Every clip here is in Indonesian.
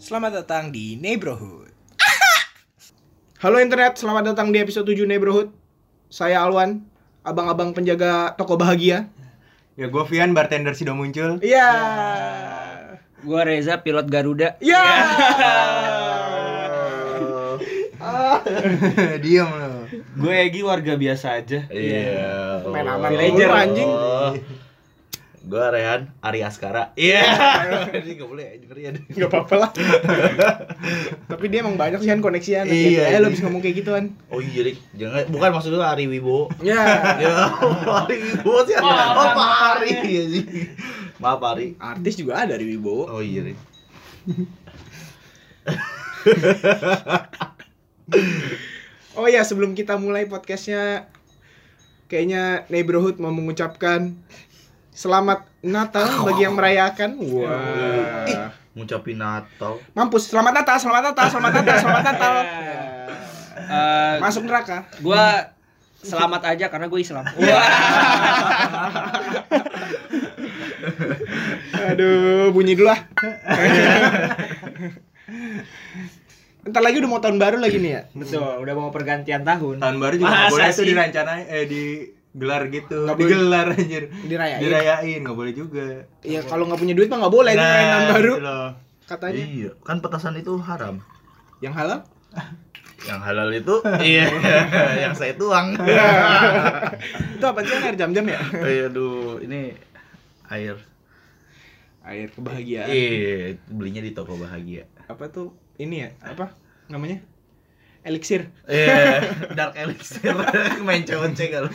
Selamat datang di Neighborhood. Halo internet, selamat datang di episode 7 Neighborhood. Saya Alwan, abang-abang penjaga toko bahagia. Ya gue Vian, bartender Sido muncul. Iya. Gua Reza, pilot Garuda. Iya. Diam lo. Gue Egi, warga biasa aja. Iya. Main aman Villager. anjing. Gue Rehan, Ari Askara. Iya. Ini enggak boleh dengerin. Enggak apa-apa lah. Tapi dia emang banyak sih kan koneksian. Iya, Lo iya. bisa ngomong kayak gituan. Oh iya, Rik. Jangan, bukan maksud lu Ari Wibowo. Ya. Ya, Ari Wibowo sih. Oh, Pak Ari ya sih. Maaf Ari. Artis juga ada dari Wibowo. Oh iya, Rik. Oh ya, sebelum kita mulai podcastnya, kayaknya Neighborhood mau mengucapkan Selamat Natal bagi yang merayakan. Wah. Ngucapin Natal. Mampus, selamat Natal, selamat Natal, selamat Natal, selamat Natal. Masuk neraka. Gua selamat aja karena gue Islam. Aduh, bunyi dulu lah. Bentar lagi udah mau tahun baru lagi nih ya. Betul, udah mau pergantian tahun. Tahun baru juga nggak Masa boleh tuh sih? direncanain, digelar gitu. Nggak boleh. Digelar anjir. Dirayain. Dirayain, nggak boleh juga. Iya, kalau nggak punya duit mah nggak boleh ngerayain tahun baru. itu loh. Katanya. Iya, kan petasan itu haram. Yang halal? Yang halal itu iya, yang saya tuang. Itu apa sih, air jam-jam ya? Aduh, ini air. Air kebahagiaan. Iya, belinya di toko bahagia. Apa tuh? Ini ya, apa namanya? Elixir. Iya, dark elixir. Main cewek kalau.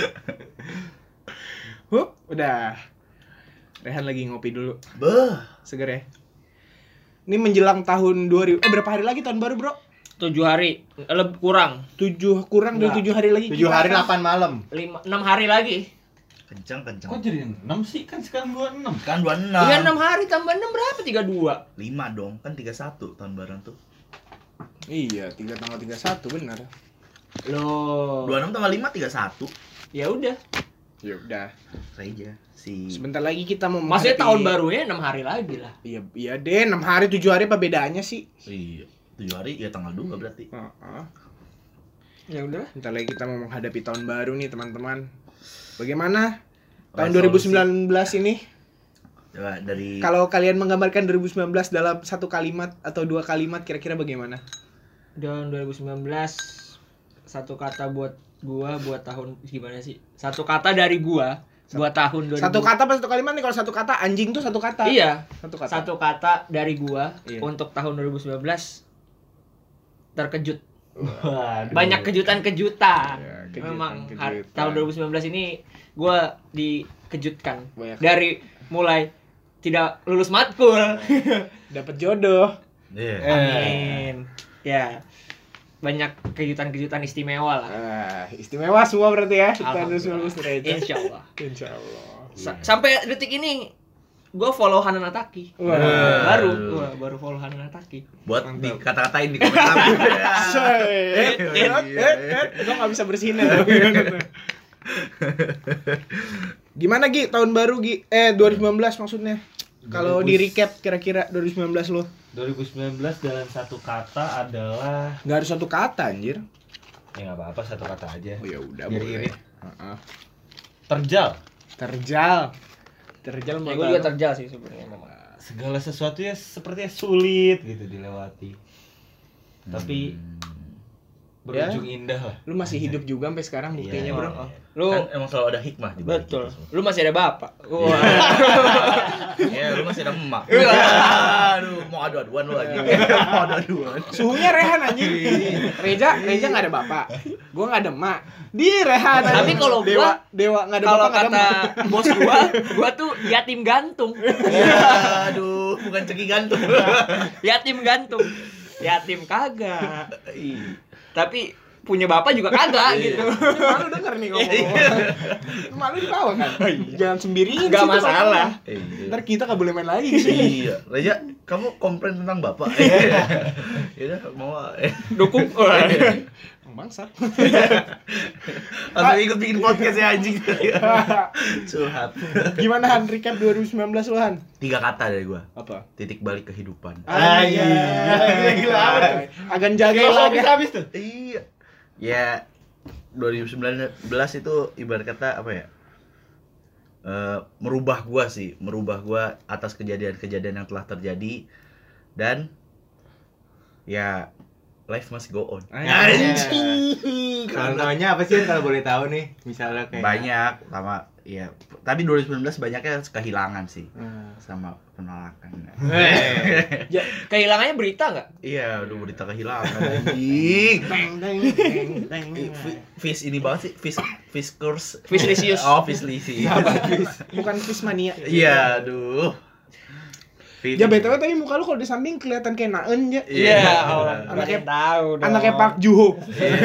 Udah. Rehan lagi ngopi dulu. Beuh. Seger ya. Ini menjelang tahun 2000. Berapa hari lagi tahun baru, Bro? 7 hari, lebih kurang. 7 kurang dari 7 hari lagi. 7 hari 8 malam. 6 hari lagi. Kencang. Kok jadi 6 sih? Kan sekarang 26. Kan 26. Iya 6 hari tambah 6 berapa? 32. 5 dong, kan 31 tahun baru tuh. Iya, tanggal 31 benar. Loh. 26 tambah 5 31. Ya udah. Ya udah. Reja si. Sebentar lagi kita mau Maksudnya menghadapi- tahun barunya 6 hari lagi lah. Iya deh, 6 hari 7 hari apa bedanya sih? Iya. 7 hari ya tanggal 2 berarti. Ya udah. Bentar lagi kita mau menghadapi tahun baru nih, teman-teman. Bagaimana tahun Resolusi. 2019 ini? Coba dari Kalau kalian menggambarkan 2019 dalam satu kalimat atau 2 kalimat, kira-kira bagaimana? Dan 2019 satu kata buat gua buat tahun gimana sih? Satu kata dari gua buat tahun 2000. Satu kata apa satu kalimat nih? Kalau satu kata anjing tuh satu kata. Iya. Satu kata. Satu kata dari gua Iya. untuk tahun 2019 terkejut. Waduh. Banyak kejutan-kejutan. Iya, Memang kejutan-kejutan. tahun 2019 ini gua dikejutkan. Banyak. Dari mulai tidak lulus matkul. Dapat jodoh. Iya. Amin. Ya. Banyak kejutan-kejutan istimewa lah. Istimewa semua berarti ya. Tahun Alhamdulillah. 2019 Reja. Insyaallah. Insyaallah. Sampai detik ini gue follow Hanan Ataki. Wah. Baru follow Hanan Ataki. Buat di kata-katain di komentar. Lo nggak bisa bersihin ya. Gimana Gi tahun baru Gi? 2019 maksudnya. Kalau di recap kira-kira 2019 lo. 2019 dalam satu kata adalah Nggak harus satu kata anjir. ya nggak apa-apa satu kata aja. Oh ya udah Biar boleh. irit. Heeh. Terjal. Terjal Ya menurut gue juga lo. terjal sih sebenarnya memang. Segala sesuatu ya sepertinya sulit gitu dilewati. Tapi berujung indah lah. Lu masih hidup juga sampai sekarang buktinya, Iya, Bro. iya. Lu Kan emang selalu ada hikmah di balik betul. itu semua. Lu masih ada bapak. Wah. Iya, lu masih ada emak. Aduh, mau adu-aduan lu lagi. Mau adu-aduan. Suhunya Rehan anjing. Reja enggak ada bapak. Gua enggak ada emak. Di Rehan. Tapi anjing. kalau gua- dewa enggak ada Kalau bapak, nggak ada kata emak. bos gua tuh yatim gantung. Aduh, bukan ceki gantung. Yatim gantung. Yatim kagak. Tapi punya bapak juga kagak gitu. Malu denger nih ngomong. Malu di bawah kan. Jangan sendirian. Enggak situ, masalah. Bang. Ntar kita enggak boleh main lagi di sini. Iya, Reja, kamu komplain tentang bapak. Ya udah, mau. Dukung. bangsat. Langsung ikut bikin podcast ya anjing. Curhat. Gimana Han recap 2019 lu Han? 3 kata dari gua. Apa? Titik balik kehidupan. Gila apa tuh? Agan jaga lagi. Habis tuh. Iya. Ya 2019 itu ibarat kata apa ya? Merubah gua atas kejadian-kejadian yang telah terjadi dan ya life must go on. Anjing. Contohnya apa sih kalau boleh tahu nih? Misalnya kayak Banyak sama ya, tapi 2019 banyaknya kehilangan sih sama penolakan. Ya, kehilangannya berita nggak? Iya, udah berita kehilangan anjing. Fish ini banget sih, fish curse. Fishlicious. Oh, fishlicious. Bukan fish mania. Iya, aduh. Ya BTW tadi muka lu kalau di samping kelihatan kayak Naen ya. Iya. Anaknya tahu dong. Anaknya Park Juho.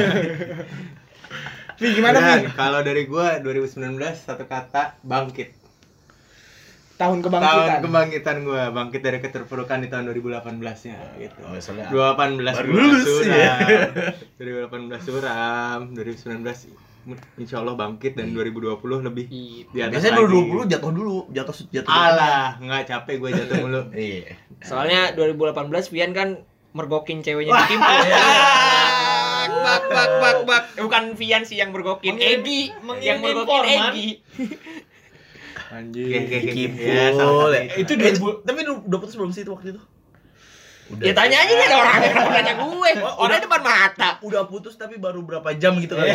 Pi gimana Dan Pi? kalau dari gua 2019 satu kata bangkit. Tahun Tahun kebangkitan. kebangkitan gua, bangkit dari keterpurukan di tahun 2018-nya gitu. Oh, soalnya 2018 baru gua lulus, suram. ya. 2018 suram, 2019 insya Allah bangkit dan 2020 lebih di atas biasanya lagi. 2020 jatuh dulu. Alah, nggak capek gue jatuh mulu. Iya. Soalnya 2018 Vian kan mergokin ceweknya di Kimpul. Bak. Bukan Vian sih yang mergokin, Egi yang mergokin Egi. Anjing. Kimpul. Itu Tapi udah putus belum sih itu waktu itu? Udah. Ya tanya aja nih ada orang yang nanya gue. Orangnya depan mata. Udah putus tapi baru berapa jam gitu kan.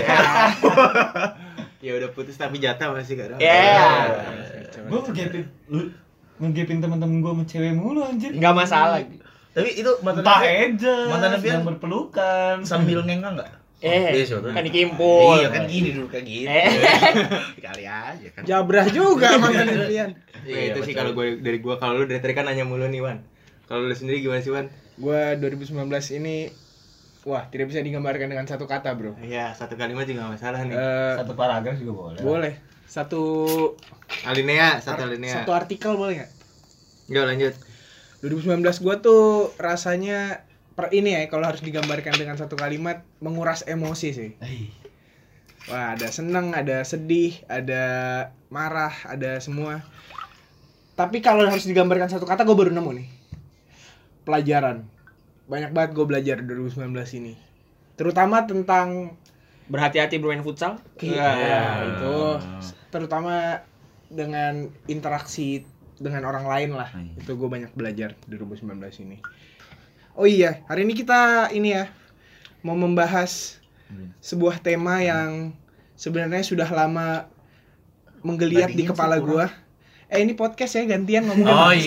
Ya udah putus tapi jatah masih gak ada. Iya. Gue ngegepin teman-teman gue sama cewek mulu anjir. Enggak masalah. Tapi itu Entah aja. mantan Vian sedang berpelukan. sambil ngengang enggak? Iya, siapa? Kan di Kimpul. Iya kan gini dulu kayak gitu. Kali aja kan. Jabrah juga mantan Vian. Ya, itu sih kalau gue dari gue, kalau lu dari tadi kan nanya mulu nih Wan. Kalau lu sendiri gimana sih Wan? Gua 2019 ini wah, tidak bisa digambarkan dengan satu kata, Bro. Ya satu kalimat juga gak masalah nih. Satu paragraf juga boleh. Boleh. Satu Satu alinea. satu artikel boleh nggak? Enggak, lanjut. 2019 gua tuh rasanya ini ya, kalau harus digambarkan dengan satu kalimat, menguras emosi sih. Wah, ada seneng, ada sedih, ada marah, ada semua. Tapi kalau harus digambarkan satu kata, gue baru nemu nih. Pelajaran. Banyak banget gue belajar 2019 ini. Terutama tentang Berhati-hati bermain futsal. ya, itu terutama dengan interaksi dengan orang lain lah. Itu gue banyak belajar 2019 ini. Oh iya, hari ini kita ini ya mau membahas sebuah tema yang sebenarnya sudah lama menggeliat di kepala gue. Ini podcast ya, gantian ngomongin. Oh iya.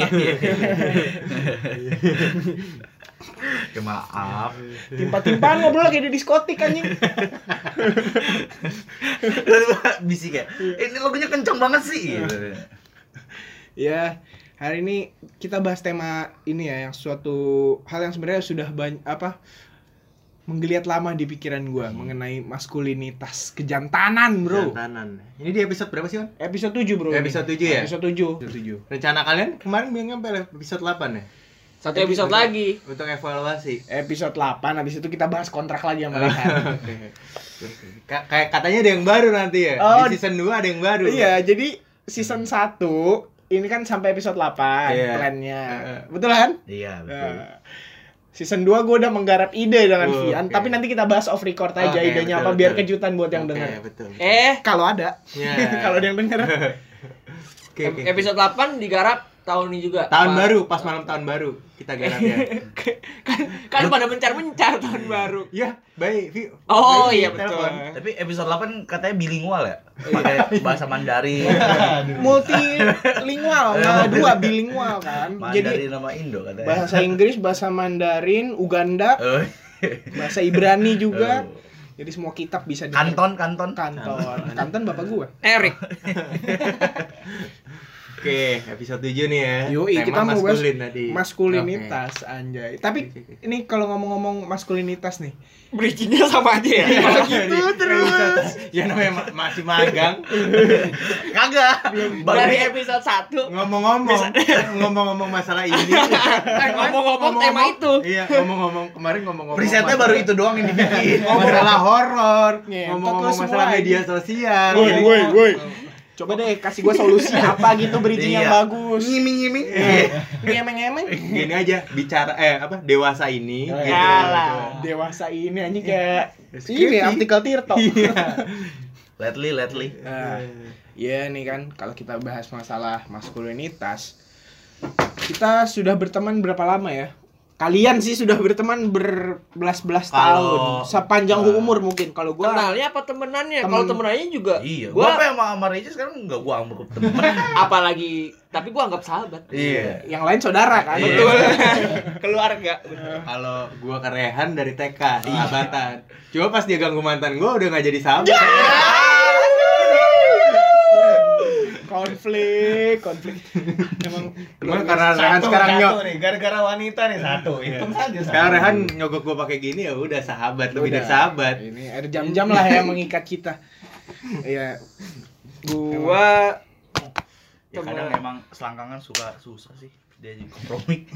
Ya, maaf. Timpa-timpaan ngobrol kayak di diskotik anjing. Bisik ya. Ini lagunya kencang banget sih. Gitu. Ya, hari ini kita bahas tema ini ya, yang suatu hal yang sebenarnya sudah menggeliat lama di pikiran gua mengenai maskulinitas, kejantanan, Bro. Jantanan. Ini di episode berapa sih Wan? Episode 7, Bro. Episode 7 ya? Episode 7. Rencana kalian kemarin bilangnya sampai episode 8 ya? Satu episode lagi. Untuk evaluasi. Episode 8, habis itu kita bahas kontrak lagi sama Rehan. Kayak katanya ada yang baru nanti ya. Oh, di season 2 ada yang baru. Iya, jadi season 1 ini kan sampai episode 8 Iya. plannya. Betul kan? Iya, betul. Season 2 gue udah menggarap ide dengan Vian, oke. tapi nanti kita bahas off record aja Oke, idenya betul, apa biar betul. kejutan buat yang Oke, denger. betul. Kalau ada. Ya. Kalau ada yang denger. Oke. Episode 8 digarap tahun ini juga. Tahun baru, pas malam tahun baru kita garap ya. Kan pada mencar-mencar tahun baru. Iya, baik. Oh Baik, iya betul. telepon. Tapi episode 8 katanya bilingual ya? Pakai bahasa Mandarin. Multilingual, dua bilingual kan. Mandarin Jadi sama Indo katanya. bahasa Inggris, bahasa Mandarin, Uganda, Oh. bahasa Ibrani juga. Jadi semua kitab bisa Kanton. Kanton bapak gua. Erik. Oke, episode 7 nih ya. Yoi, kita mau bahas maskulin tadi. maskulinitas, anjay. Tapi ini kalau ngomong-ngomong maskulinitas nih, Bridging-nya sama aja ya. Gitu terus. Ya namanya masih magang. Kagak. Dari episode 1 Ngomong-ngomong masalah ini. ngomong-ngomong tema itu. Iya, kemarin ngomong-ngomong. Presetnya baru itu doang yang dibikin. Masalah horor, Ngentot ngomong-ngomong lu semua masalah aja. media sosial. woi. Coba deh kasih gua solusi apa gitu bridging yang Iya. bagus. Ngiming-ngiming. Ngemeng-ngemeng. Gini aja, bicara dewasa ini gitu. Yalah. Dewasa ini anjing kayak Skripsi. ini artikel Tirto. Lately. Nah, ya nih kan kalau kita bahas masalah maskulinitas, kita sudah berteman berapa lama ya? Kalian sih sudah berteman berbelas-belas tahun, sepanjang umur mungkin. Kalau gua Kenalnya apa temenannya? Temen. Kalau temenannya juga Iya, gua apa sama Reza sekarang enggak gua anggap temen. apalagi tapi gua anggap sahabat. Iya. yang lain saudara kan. Iya. Betul. Keluarga. Kalau gua ke Rehan dari TK, sahabatan. Cuma pas dia ganggu mantan gua udah gak jadi sahabat. konflik. Emang Cuma karena Rehan sekarang nih, gara-gara wanita nih satu. Hitung saja. sekarang Rehan nyogok gua pakai gini ya udah sahabat, lebih dari Udah. sahabat. Ini ada jam-jam lah yang mengikat kita. Iya. Gua Ya kadang emang selangkangan suka susah sih. Dia jadi kompromi.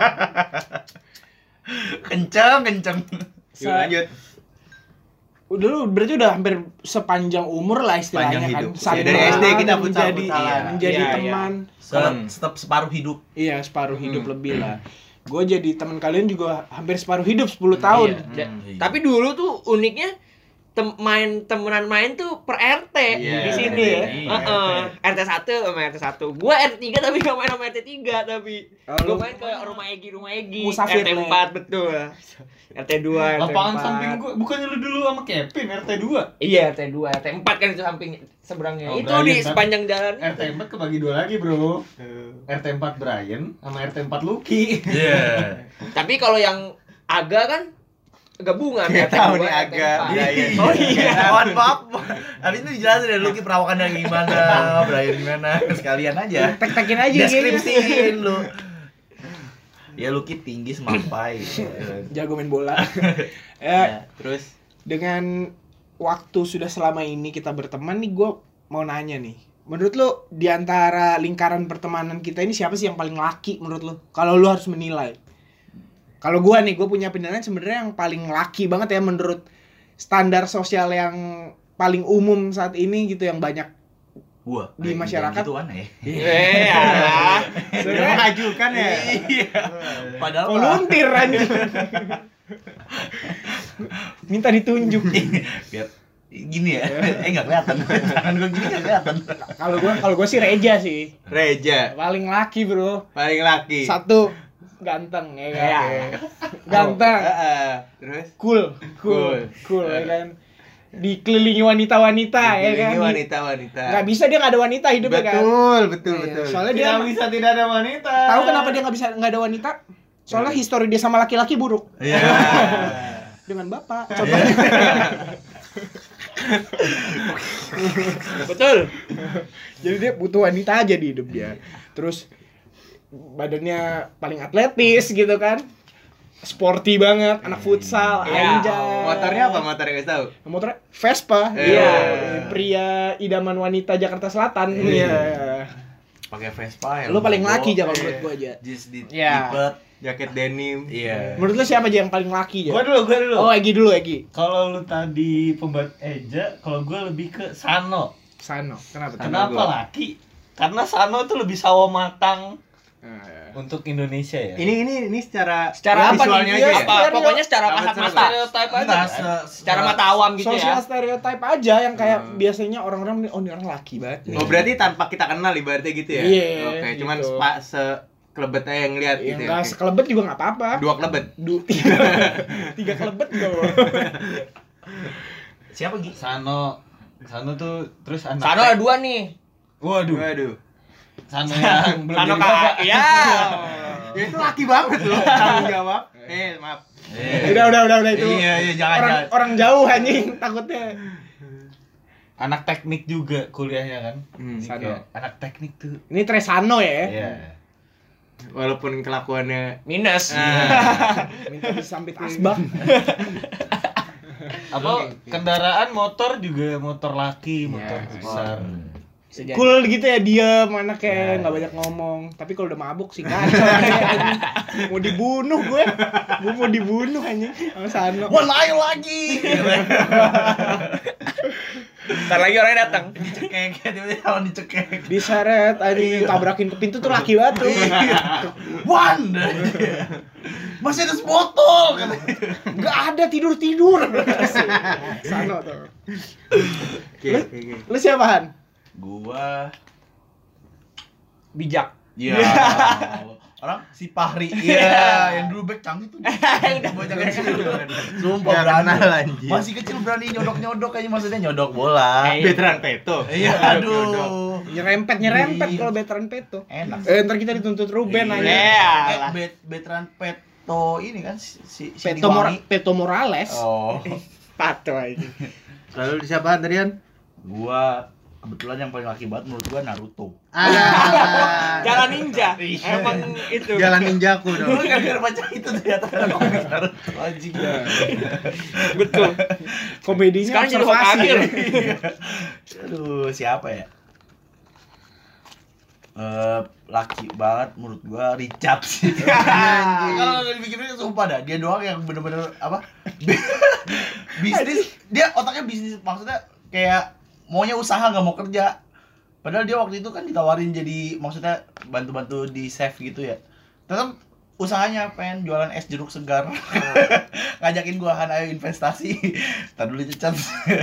kenceng. Yuk lanjut. Udah lu berarti udah hampir sepanjang umur lah istilahnya Sepanjang kan. hidup. Saling Dari SD kita menjadi futsal-futsalan. menjadi Iya, teman. Tetap separuh hidup. Iya, separuh hidup lebih lah. Gue jadi teman kalian juga hampir separuh hidup 10 tahun. Iya. Iya. Tapi dulu tuh uniknya temenan main tuh per RT Iya, di sini ya. iya, RT 1 sama RT 1. Gua RT 3 tapi gak main sama RT 3 tapi. Oh, Gua lu- main ke rumah Egi. Musafir, RT Le. 4 betul. RT 2, RT 4. Lapangan samping gua bukannya lu dulu sama Kevin RT 2. Iya, RT 2, RT 4 kan itu samping seberangnya. Oh, Itu Brian, di kan? sepanjang jalan. RT 4 kebagi dua lagi, Bro. RT 4 Brian sama RT 4 Lucky. Iya. Tapi kalau yang Aga kan gabungan Nggak RT tahu 2, nih, RT Aga, 4. Brian. Oh iya. Mohon maaf. Habis itu dijelasin deh Lucky perawakannya gimana, Brian gimana. Sekalian aja. Tek-tekin aja gitu. Deskripsiin lu. Ya Lucky tinggi semampai. Jago main bola. Ya, terus Dengan waktu sudah selama ini kita berteman nih, gue mau nanya nih. Menurut lu di antara lingkaran pertemanan kita ini siapa sih yang paling laki menurut lu? Kalau lu harus menilai. Kalau gue nih, gue punya penilaian sebenarnya yang paling laki banget ya menurut standar sosial yang paling umum saat ini gitu, yang banyak Gua Di masyarakat. gitu aneh. Alah. udah mengajukan ya. Iya. Padahal mah- volunteer anjing. Minta ditunjuk. biar gini ya. Enggak kelihatan. Tangan gua gini enggak kelihatan. Kalau gua sih Reja sih. Reja Paling laki, Bro. paling laki. Satu ganteng ya kan. Iya. Ganteng. Terus Cool ya kan. Dikelilingi wanita-wanita ya kan. wanita-wanita. Nggak bisa dia nggak ada wanita hidupnya kan. Betul. Iya, soalnya dia Tidak bisa tidak ada wanita. tahu kenapa dia nggak ada wanita? Soalnya histori dia sama laki-laki buruk. Iya. Dengan bapak. Coba. Betul. Jadi dia butuh wanita aja di hidup dia. Terus badannya paling atletis gitu kan. Sporty banget, anak futsal, Iya. anjay. Motornya apa? Motornya guys tahu? Motornya Vespa. Iya. Pria idaman wanita Jakarta Selatan. Iya. Iya. Pakai Vespa ya. Lu paling laki aja kalau Iya. menurut gua aja. Jeans di Iya. lipet. Jaket denim. Iya. Menurut lu siapa aja yang paling laki Gua aja? dulu. Oh, Egi dulu, Egi. Kalau lu tadi pembuat Eja, kalau gua lebih ke Sano. Sano. Kenapa? Sama Kenapa gua. laki? Karena Sano tuh lebih sawo matang Nah, untuk Indonesia ya. Ini secara Secara apa visualnya nih? aja ya? Apa? Pokoknya secara Apa kasat secara mata. stereotype aja. Enggak, Secara mata awam gitu sosial ya. stereotype aja yang kayak biasanya orang-orang nih, oh ini orang laki banget nih. Oh berarti tanpa kita kenal ibaratnya gitu ya? Iya, Oke, cuman gitu. sekelebet aja yang lihat Ya, gitu ya. nggak Oke. sekelebet juga nggak apa-apa. Dua kelebet. Tiga kelebet dong. Siapa Gi? Sano tuh terus anak. Sano ada 2 nih. Waduh. Waduh. Sano yang belum Sano jadi bapak. Iya. Ya itu laki banget loh tanggung jawab. Maaf. Udah itu. Iya, jangan. Orang jauh anjing takutnya. anak teknik juga kuliahnya kan. Jadi Sano. kayak anak teknik tuh. Ini Tresano ya. Iya. Walaupun kelakuannya Minus. Minta disambit asbak. Apa kendaraan motor juga motor laki, motor besar. Bisa jadi. Cool gitu ya, diem anaknya, nggak banyak ngomong. Tapi kalau udah mabuk sih kacau. Mau dibunuh gue mau dibunuh anjing sama Sano. Wah, lain lagi. Ntar lagi orangnya datang. Dicekek, tiba-tiba lawan dicekek. Diseret anjing, tabrakin ke pintu tuh laki banget tuh. Wan. Masih ada sebotol katanya. Nggak ada, tidur. Sano tuh. Oke. Lu siapaan? Gua Bijak. ya orang si Fahri yang dulu back canggih tuh bocah kecil sumpah Nggak berani kenal, anjing. masih kecil berani nyodok aja, maksudnya nyodok bola Veteran Peto. iya aduh Nyerempet kalau veteran peto. enak Ntar kita dituntut Ruben aja. Iya. veteran Peto ini kan si Peto Morales. oh Pato aja. Lalu siapaan tadian? gua kebetulan yang paling laki banget menurut gua Naruto. Jalan ninja. Emang itu. Jalan ninjaku Gua dong. gara-gara baca itu ternyata komik Naruto anjing. Betul. Komedinya Sekarang jadi observasi. Hokage loh. Aduh, siapa ya? Laki banget menurut gua Richard sih. Kalau nggak dipikirin sumpah dah, dia doang yang bener-bener apa? Bisnis, dia otaknya bisnis, maksudnya kayak maunya usaha nggak mau kerja. Padahal dia waktu itu kan ditawarin jadi maksudnya bantu-bantu di chef gitu ya. Tetap usahanya pengen jualan es jeruk segar. Ngajakin gua kan ayo investasi. Entar dulu Chan.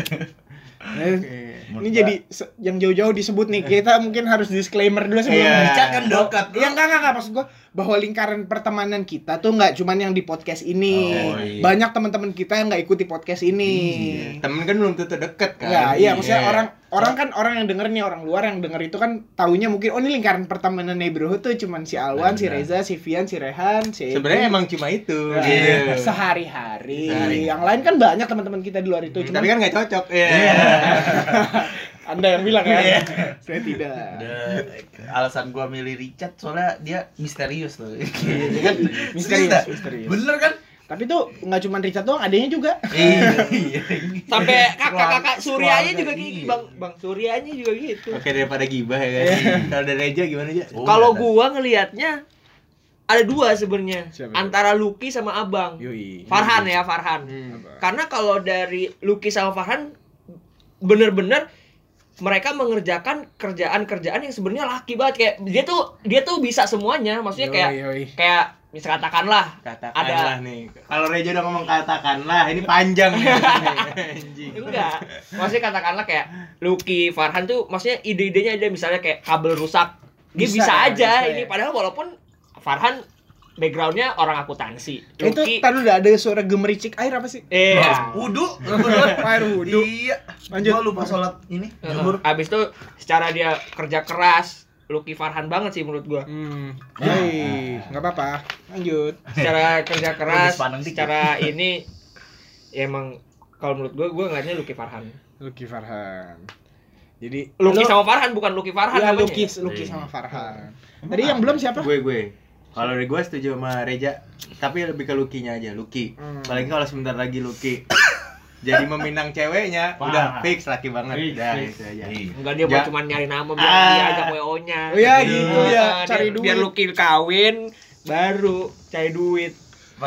Ini jadi yang jauh-jauh disebut nih. Kita mungkin harus disclaimer dulu sebelum Richard kan dekat. Iya enggak maksud gua bahwa lingkaran pertemanan kita tuh nggak cuman yang di podcast ini. Oh, iya. Banyak teman-teman kita yang nggak ikuti podcast ini. Temen kan belum tentu deket kan. Enggak, iya maksudnya orang yang denger nih, orang luar yang denger itu kan taunya mungkin oh ini lingkaran pertemanan neighborhood tuh cuman si Alwan, si Reza, si Vian, si Rehan, si Sebenarnya emang cuma itu. Nah, Iya. sehari-hari. Sehari. Yang lain kan banyak teman-teman kita di luar itu. Cuman Tapi kan nggak cocok. Iya. Anda yang bilang kan? Saya tidak. Alasan gua milih Richard soalnya dia misterius loh. Iya, kan? Misterius. Bener kan? Tapi tuh nggak cuma Richard doang, adanya juga. Iya. Sampai kakak-kakak Suryanya keluarga, juga iya. gitu. Bang Suryanya juga gitu. Oke, daripada gibah ya kan. Kalau dari Reja gimana aja? Oh, Kalau ada. gua ngelihatnya ada dua sebenarnya. Siapa? Antara Lucky sama Abang. Yoi. Farhan. Karena kalau dari Lucky sama Farhan bener-bener mereka mengerjakan kerjaan-kerjaan yang sebenarnya laki banget, kayak dia tuh bisa semuanya, maksudnya kayak misal katakanlah Katakanlah nih. Kalau Reja udah ngomong katakanlah, ini panjang nih. Anjing. enggak, maksudnya katakanlah kayak Lucky, Farhan tuh maksudnya ide-idenya ada, misalnya kayak kabel rusak dia bisa aja bisa ini, ya. padahal walaupun Farhan backgroundnya orang akuntansi. Itu Lucky tadi udah ada suara gemericik air apa sih? Wudu. Air wudu. Iya. Lanjut. Gua lupa sholat ini. Zuhur. Habis itu secara dia kerja keras, Lucky Farhan banget sih menurut gua. Nggak apa-apa. Lanjut. Secara kerja keras, Lebih sepaneng dikit. secara ini ya emang kalau menurut gua ngeliatnya Lucky Farhan. Lucky Farhan. Jadi Lucky sama Farhan, bukan Lucky Farhan ya, namanya. Lucky sama Farhan. Tadi yang belum siapa? Gue. Kalau dari gue setuju sama Reja, tapi lebih ke Lucky-nya aja, Lucky. Apalagi kalau sebentar lagi Lucky jadi meminang ceweknya, udah fix laki banget. Udah itu aja. Enggak, dia buat cuma nyari nama biar dia ajak WO-nya. Oh ya gitu ya, cari duit. Biar Lucky kawin baru cari duit.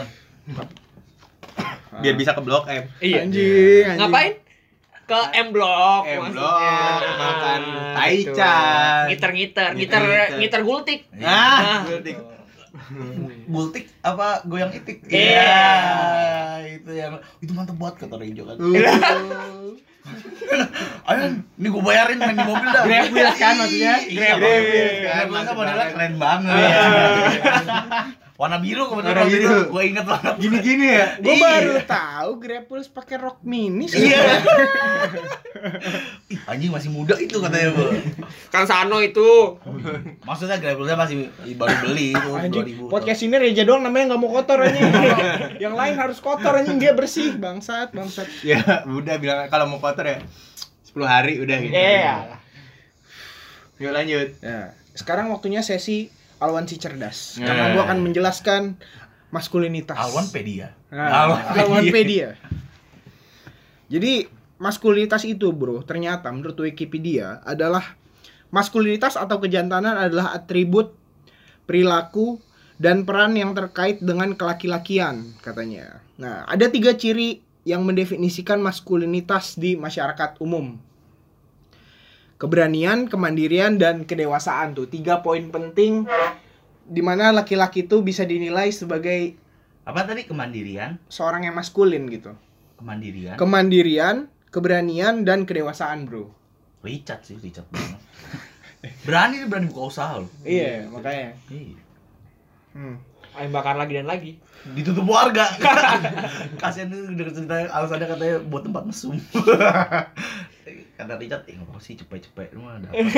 Biar bisa ke Blok M. Iya. Anjing. Ngapain? Ke M Block Blok, makan taichan. ngiter gultik. Gultik. Gultik apa goyang itik? Iya. Itu yang itu mantep banget kata Rejo kan. Ayo, ini gue bayarin main di mobil dah. Grab Wheels kan maksudnya? Grab Wheels kan, Wheels mantep modelnya banget. keren banget. Warna biru kebetulan Warna waktu biru. itu. Gue inget banget. Gini-gini ya. Gue baru tahu Grab Wheels pakai rok mini sih. Iya. Ih, anjing masih muda itu katanya, Bu. Kan Sano itu. Maksudnya Grab Wheels masih baru beli itu Anjing, 2000. podcast ini Reja doang namanya nggak mau kotor anjing. Yang lain harus kotor anjing, dia bersih. Bangsat. Ya, udah bilang kalau mau kotor ya 10 hari udah gitu. Iya. Yuk lanjut. Ya, sekarang waktunya sesi Alwan si cerdas. Nah. Karena gua akan menjelaskan maskulinitas. Alwanpedia. Alwanpedia. Jadi maskulinitas itu, bro, ternyata menurut Wikipedia adalah maskulinitas atau kejantanan adalah atribut, perilaku, dan peran yang terkait dengan kelaki-lakian, katanya. Nah, ada 3 ciri yang mendefinisikan maskulinitas di masyarakat umum. Keberanian, kemandirian, dan kedewasaan tuh 3 poin penting di mana laki-laki itu bisa dinilai sebagai Apa tadi? Kemandirian, seorang yang maskulin gitu. kemandirian. Keberanian, dan kedewasaan, bro. Richard banget. Berani buka usaha loh. Iya, makanya. Iya. Ayam bakar lagi dan lagi. Ditutup warga. Kasihan tuh denger cerita alasannya katanya buat tempat mesum. Kata Richard, ngapa sih cepet-cepet lu mah ada apa?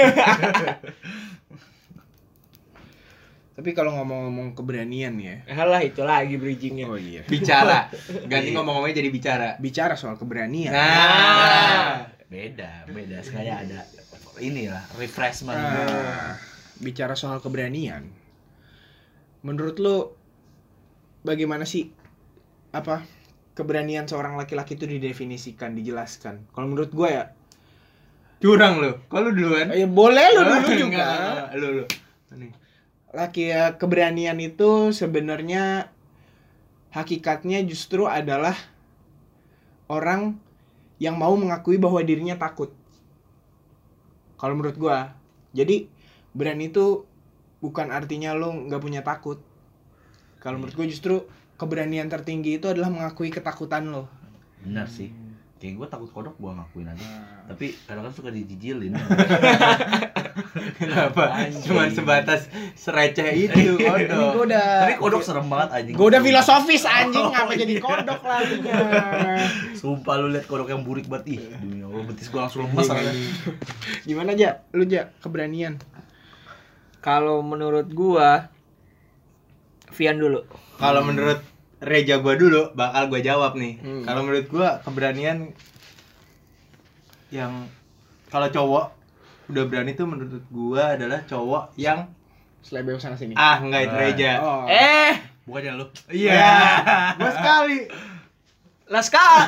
Tapi kalau ngomong-ngomong keberanian ya. Alah itu lagi bridgingnya. Oh iya. Bicara. Ganti ngomong-ngomongnya jadi bicara. Bicara soal keberanian. Nah. Beda. Sekalian ada inilah refreshment. Bicara soal keberanian. Menurut lo bagaimana sih keberanian seorang laki-laki itu didefinisikan, dijelaskan? Kalau menurut gue ya Curang lo. Kalau duluan. ya boleh lo dulu juga. Enggak. Lu. Nih. Keberanian itu sebenarnya hakikatnya justru adalah orang yang mau mengakui bahwa dirinya takut. Kalau menurut gua. Jadi berani itu bukan artinya lo nggak punya takut. Kalau menurut gua justru keberanian tertinggi itu adalah mengakui ketakutan lo. Benar sih. Kayak gue takut kodok, gue ngakuin aja. Tapi kadang-kadang suka dijijilin. Kenapa? Cuman sebatas receh itu Ini kodok. Tapi kodok serem banget anjing. Gue udah filosofis anjing, ngapa jadi kodok laginya. Sumpah lu liat kodok yang burik banget. Ih, demi Allah betis gue langsung lemes soalnya. Gimana aja? Lu aja keberanian. Kalau menurut gua Vian dulu. Kalau menurut Reja gua dulu, bakal gua jawab nih. Kalau menurut gua keberanian yang kalau cowok udah berani tuh menurut gua adalah cowok yang Selebeu sana sini. enggak itu Reja. Oh. Bukannya lu. Iya. Gua sekali. Laskar.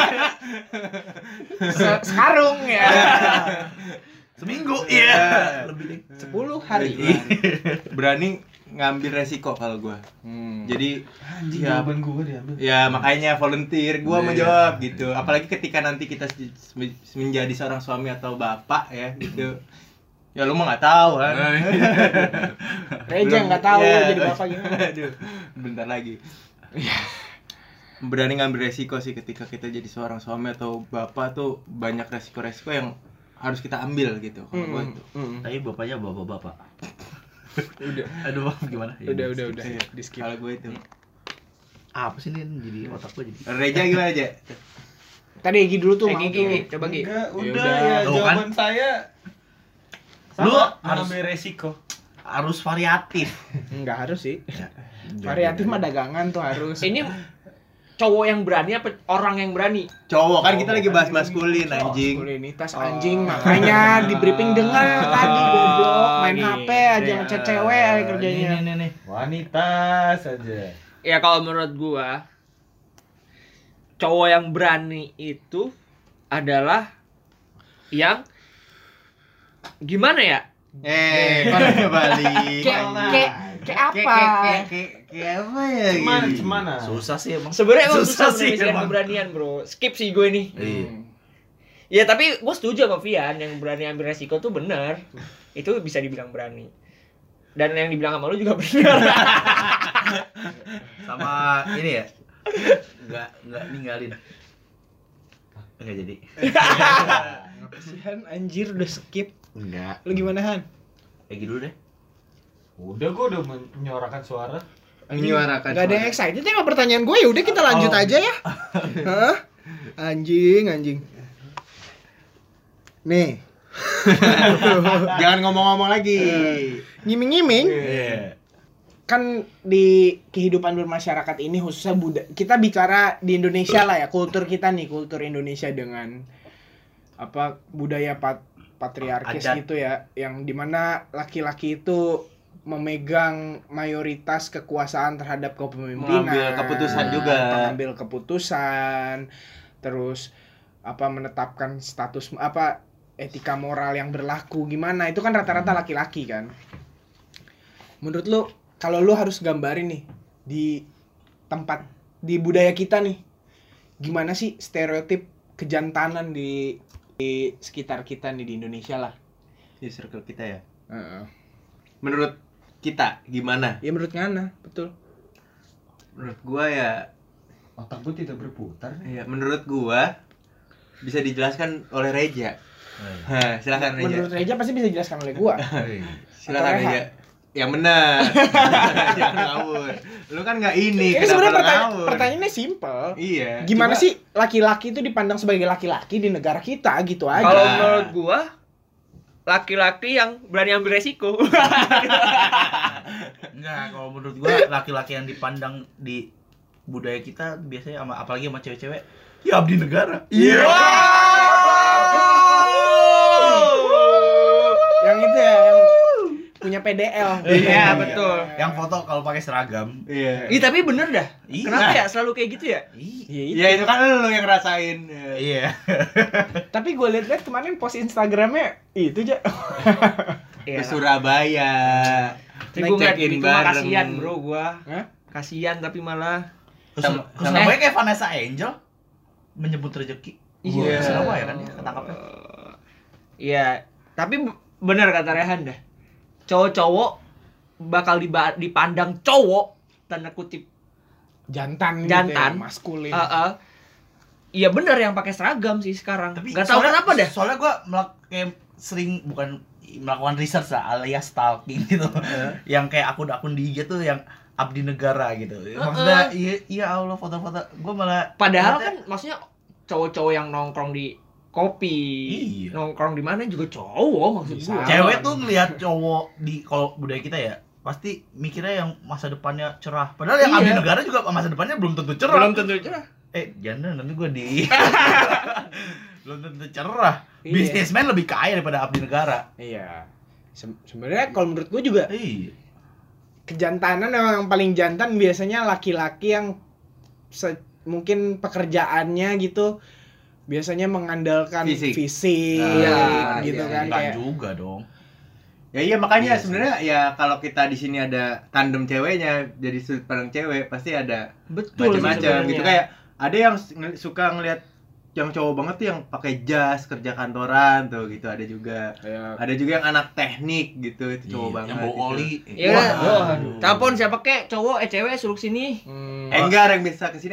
Sekarung ya. Seminggu. Iya. Lebih deh. 10 hari. Berani ngambil resiko kalau gua. Jadi Jawaban gua diambil. ya makanya volunteer gua menjawab gitu. Apalagi ketika nanti kita menjadi seorang suami atau bapak ya gitu. Ya lu mah nggak tahu kan. Reja nggak tahu jadi bapak gimana. Aduh, bentar lagi. Berani ngambil resiko sih ketika kita jadi seorang suami atau bapak tuh banyak resiko-resiko yang harus kita ambil gitu. Kalau gua tuh. Tapi bapaknya bapak-bapak. Udah. Aduh, gimana? Udah. Iya, Di skip. kalau gue itu. Apa sih nih jadi otak gue jadi? Reja gimana aja? Tadi Egi dulu tuh mau Gigi, tuh. coba Gi. Enggak, Ya udah udah. ya Tuh kan. jawaban saya. Lu Lu harus- mengambil resiko. Harus variatif. Enggak harus sih. Variatif mah dagangan tuh harus. Ini cowok yang berani apa orang yang berani? Cowok kan kita lagi bahas maskulin anjing. Maskulinitas anjing, makanya di briefing dengar tadi goblok main HP aja ngechat cewek kerjanya. Nih. Wanita saja. Ya kalau menurut gua cowok yang berani itu adalah yang gimana ya? Kok balik? Kayak apa? Kayak apa ya? Cemana? Susah sih emang. Sebenarnya emang Susah susah sih mendefinisikan emang. keberanian, bro. Skip sih gue nih. Iya. Ya tapi gue setuju sama Vian, yang berani ambil resiko tuh benar. Itu bisa dibilang berani. Dan yang dibilang sama lu juga benar. Sama ini ya. Enggak ninggalin. Enggak jadi. Si Han anjir udah skip. Enggak. Lu gimana Han? Egi dulu deh. Udah gua udah menyuarakan suara. Menyuarakan. Gak ada yang excited ya sama pertanyaan gue, ya udah kita lanjut aja ya. Hah? Anjing. Nih. Jangan ngomong-ngomong lagi. Ngiming-ngiming. Iya. Kan di kehidupan bermasyarakat ini khususnya kita bicara di Indonesia lah ya, kultur kita nih, kultur Indonesia dengan apa budaya patriarkis Adat. gitu ya, yang dimana laki-laki itu memegang mayoritas kekuasaan terhadap kepemimpinan, Mengambil keputusan juga. mengambil keputusan, terus apa menetapkan status apa etika moral yang berlaku gimana, itu kan rata-rata laki-laki kan. Menurut lu kalau lu harus gambarin nih di tempat di budaya kita nih, gimana sih stereotip kejantanan di sekitar kita nih di Indonesia lah? Di circle kita ya. Heeh. Menurut kita gimana? Ya menurut Ngana, betul. Menurut gua ya, Otak gue tidak berputar nih. ya menurut gua bisa dijelaskan oleh Reja. Silakan Reja. Menurut Reja pasti bisa dijelaskan oleh gua. Silakan Atau Reja. Yang benar. Jangan ngawur. Lu kan nggak ini. Ini Kenapa sebenarnya lu ngawur? pertanyaannya simple. Iya. Gimana Coba- sih laki-laki itu dipandang sebagai laki-laki di negara kita gitu aja. Kalau menurut gua laki-laki yang berani ambil resiko. Enggak, kalau menurut gua laki-laki yang dipandang di budaya kita biasanya sama apalagi sama cewek-cewek ya abdi negara. Iya. Yang itu ya, yang punya PDL. Iya, betul. Yang foto kalau pakai seragam. Iya. Ih, tapi bener dah. Iya. Kenapa ya selalu kayak gitu ya? Iya, itu. Ya itu kan lu yang ngerasain. Iya. Tapi gue liat-liat kemarin post Instagramnya itu aja. Iya. Ke Surabaya. Tapi gua ngeliat Check-in itu mah bareng. kasihan, Bro, gua. Hah? Kasihan tapi malah Sama- Ke Surabaya kayak Vanessa Angel menyebut rezeki. Iya. Ke Surabaya kan ya ketangkapnya. Iya, tapi bener kata Rehan dah. Cowok-cowok bakal dipandang cowok tanda kutip. Jantan, Jantan. gitu ya, maskulin. Iya bener yang pakai seragam sih sekarang. Tapi Gak tahu soalnya- kenapa dah. Soalnya gua kayak sering bukan melakukan research lah alias stalking gitu. Yang kayak akun-akun di IG tuh yang abdi negara gitu. Maksudnya iya Allah foto-foto gua malah Padahal ngeliatnya- kan maksudnya cowok-cowok yang nongkrong di kopi, Iya. nongkrong di mana juga cowok maksud Bisa. gua. cewek tuh ngelihat cowok di kalau budaya kita ya pasti mikirnya yang masa depannya cerah. Padahal yang Iya. abdi negara juga masa depannya belum tentu cerah. Belum tentu cerah. Jangan nanti gua di belum tentu cerah. Iya. Bisnismen lebih kaya daripada abdi negara. Iya. Sebenarnya kalau menurut gue juga Iya. kejantanan yang paling jantan biasanya laki-laki yang mungkin pekerjaannya gitu biasanya mengandalkan Fisik. Iya, gitu iya, kan Enggak kayak juga dong. Ya iya makanya Iya sih. sebenarnya ya kalau kita di sini ada tandem ceweknya jadi sudut pandang cewek pasti ada Betul sih macam-macam gitu sebenarnya. kayak ada yang suka ngelihat yang cowok banget tuh yang pakai jas kerja kantoran tuh gitu ada juga. kayak Ada juga yang anak teknik gitu itu cowok Iya, banget. yang bawa gitu. oli. Iya kan? Waduh. Telepon siapa kek? Cowok cewek suruh sini. Enggar yang bisa kesini.